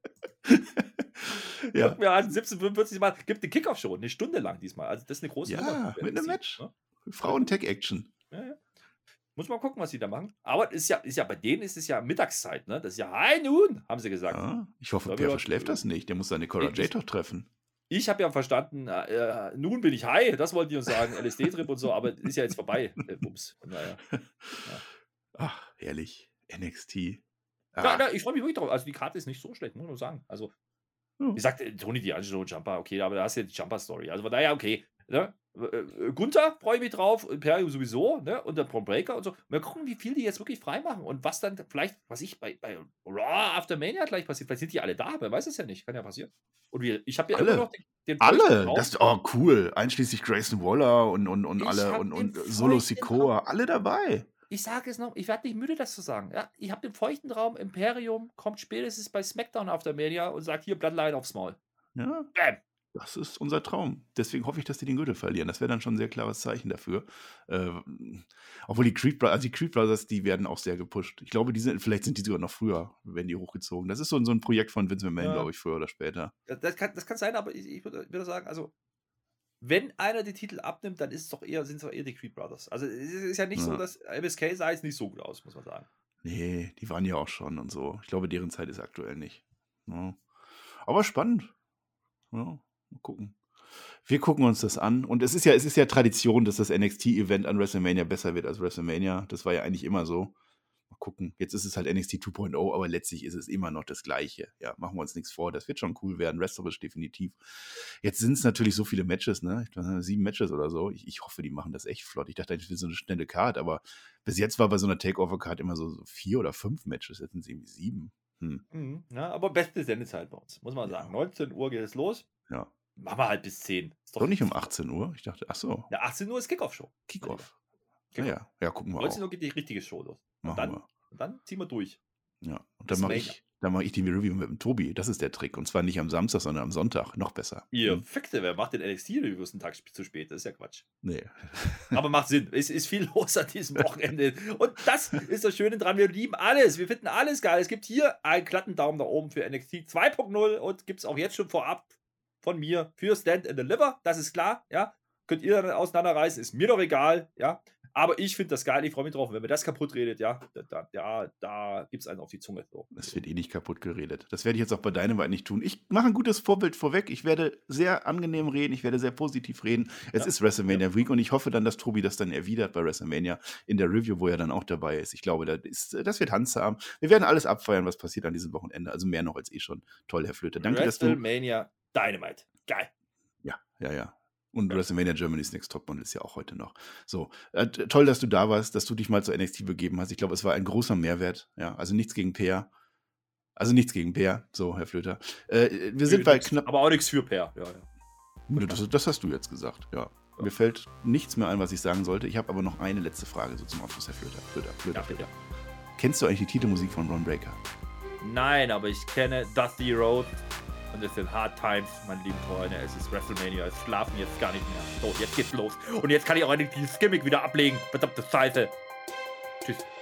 Ja. Guck mir an, siebzehn fünfundvierzig Mal. Gibt eine Kickoff-Show, eine Stunde lang diesmal. Also, das ist eine große Ja, Nummer für mit einem N X T, Match. ne? Frauen-Tech-Action. Ja, ja. Muss mal gucken, was die da machen. Aber ist ja, ist ja, bei denen ist es ja Mittagszeit, ne? Das ist ja High Noon, haben sie gesagt. Ja, ich hoffe, Sollen Per wir- verschläft das nicht. Der muss seine Cora Ich- Jade doch treffen. Ich habe ja verstanden, äh, nun bin ich high, das wollten die uns sagen, L S D-Trip und so, aber ist ja jetzt vorbei. Äh, Bums. Naja. Ach, herrlich. N X T. Ah, Ja, ja, ich freue mich wirklich drauf. Also die Karte ist nicht so schlecht, muss man nur sagen. Also, Ja. wie gesagt, äh, Tony D'Angelo, Jumper, okay, aber da hast du ja die Jumper-Story. Also von daher, okay. Ne? Äh, Gunther freue ich mich drauf, Imperium sowieso, ne? Und der Bron Breakker und so. Mal gucken, wie viel die jetzt wirklich frei machen und was dann vielleicht, was ich bei, bei Raw After Mania gleich passiert. Vielleicht sind die alle da, wer weiß es ja nicht. Kann ja passieren. Und wir, ich habe ja Alle. immer noch den, den Alle! feuchten Das, Traum. oh, cool. Einschließlich Grayson Waller und, und, und Ich alle hab und, den und Solo feuchten Sikoa. Alle dabei. Ich sage es noch, ich werde nicht müde, das zu sagen. Ja, ich habe den feuchten Raum, Imperium kommt spätestens bei SmackDown After Mania und sagt hier Bloodline aufs Maul. Ja. Bam. Das ist unser Traum. Deswegen hoffe ich, dass die den Gürtel verlieren. Das wäre dann schon ein sehr klares Zeichen dafür. Äh, obwohl die Creed Brothers, also die Creed Brothers, die werden auch sehr gepusht. Ich glaube, die sind, vielleicht sind die sogar noch früher, werden die hochgezogen. Das ist so, so ein Projekt von Vince McMahon, Ja. glaube ich, früher oder später. Das, das, kann, das kann sein, aber ich, ich würde, würde sagen, also wenn einer die Titel abnimmt, dann ist es doch eher, sind es doch eher die Creed Brothers. Also es ist ja nicht Ja. so, dass M S K sah jetzt nicht so gut aus, muss man sagen. Nee, die waren ja auch schon und so. Ich glaube, deren Zeit ist aktuell nicht. Ja. Aber spannend. Ja, mal gucken. Wir gucken uns das an. Und es ist ja, es ist ja Tradition, dass das N X T-Event an WrestleMania besser wird als WrestleMania. Das war ja eigentlich immer so. Mal gucken. Jetzt ist es halt N X T zwei Punkt null, aber letztlich ist es immer noch das Gleiche. Ja, machen wir uns nichts vor. Das wird schon cool werden. Wrestlerisch definitiv. Jetzt sind es natürlich so viele Matches, ne? Ich weiß nicht, sieben Matches oder so. Ich, ich hoffe, die machen das echt flott. Ich dachte, das wird so eine schnelle Card, aber bis jetzt war bei so einer Takeover-Card immer so, so vier oder fünf Matches. Jetzt sind es irgendwie sieben. Hm. Mhm. Ja, aber beste Sendezeit bei uns, muss man sagen. neunzehn Uhr geht es los. Ja. Machen wir halt bis zehn. Ist Doch nicht um achtzehn Uhr. Ich dachte, ach so, Ja, achtzehn Uhr ist Kickoff-Show. Kickoff. Kickoff. Ja, ja, ja, gucken wir neunzehn auch. Uhr geht die richtige Show los. Und Machen dann, wir. und dann ziehen wir durch. Ja, und Bis dann mache Mania. ich, dann mache ich die Review mit dem Tobi. Das ist der Trick. Und zwar nicht am Samstag, sondern am Sonntag. Noch besser. Ihr Hm. Fickte, wer macht den N X T-Reviews einen Tag sp- zu spät? Das ist ja Quatsch. Nee. Aber macht Sinn. Es ist viel los an diesem Wochenende. Und das ist das Schöne dran. Wir lieben alles. Wir finden alles geil. Es gibt hier einen glatten Daumen nach oben für N X T zwei Punkt null und gibt es auch jetzt schon vorab von mir für Stand and Deliver. Das ist klar. Ja. Könnt ihr dann auseinanderreißen. Ist mir doch egal. Ja. Aber ich finde das geil. Ich freue mich drauf. Wenn mir das kaputt redet, ja, da, da, ja, da gibt es einen auf die Zunge. So. Das wird eh nicht kaputt geredet. Das werde ich jetzt auch bei Dynamite nicht tun. Ich mache ein gutes Vorbild vorweg. Ich werde sehr angenehm reden. Ich werde sehr positiv reden. Es Ja. ist WrestleMania Week und ich hoffe dann, dass Tobi das dann erwidert bei WrestleMania in der Review, wo er dann auch dabei ist. Ich glaube, das, ist, das wird handsam. Wir werden alles abfeiern, was passiert an diesem Wochenende. Also mehr noch als eh schon. Toll, Herr Flöte. Danke, dass du... WrestleMania Dynamite. Geil. Ja, ja, ja. Und WrestleMania Germany's Next Topmodel ist ja auch heute noch. So, äh, t- toll, dass du da warst, dass du dich mal zu N X T begeben hast. Ich glaube, es war ein großer Mehrwert. Ja, also nichts gegen Peer. Also nichts gegen Peer, so, Herr Flöter. Äh, wir sind bei Nix, knapp. Aber auch nichts für Per. Ja, ja. Das, das hast du jetzt gesagt, ja. Mir fällt nichts mehr ein, was ich sagen sollte. Ich habe aber noch eine letzte Frage so zum Abschluss, Herr Flöter. Flöter, Flöter, Ja, Flöter. bitte. Kennst du eigentlich die Titelmusik von Ron Breaker? Nein, aber ich kenne Dusty Road und es sind Hard Times, meine lieben Freunde. Es ist WrestleMania, es schlafen jetzt gar nicht mehr. So, jetzt geht's los. Und jetzt kann ich auch endlich dieses Gimmick wieder ablegen. Verdammte Scheiße. Tschüss.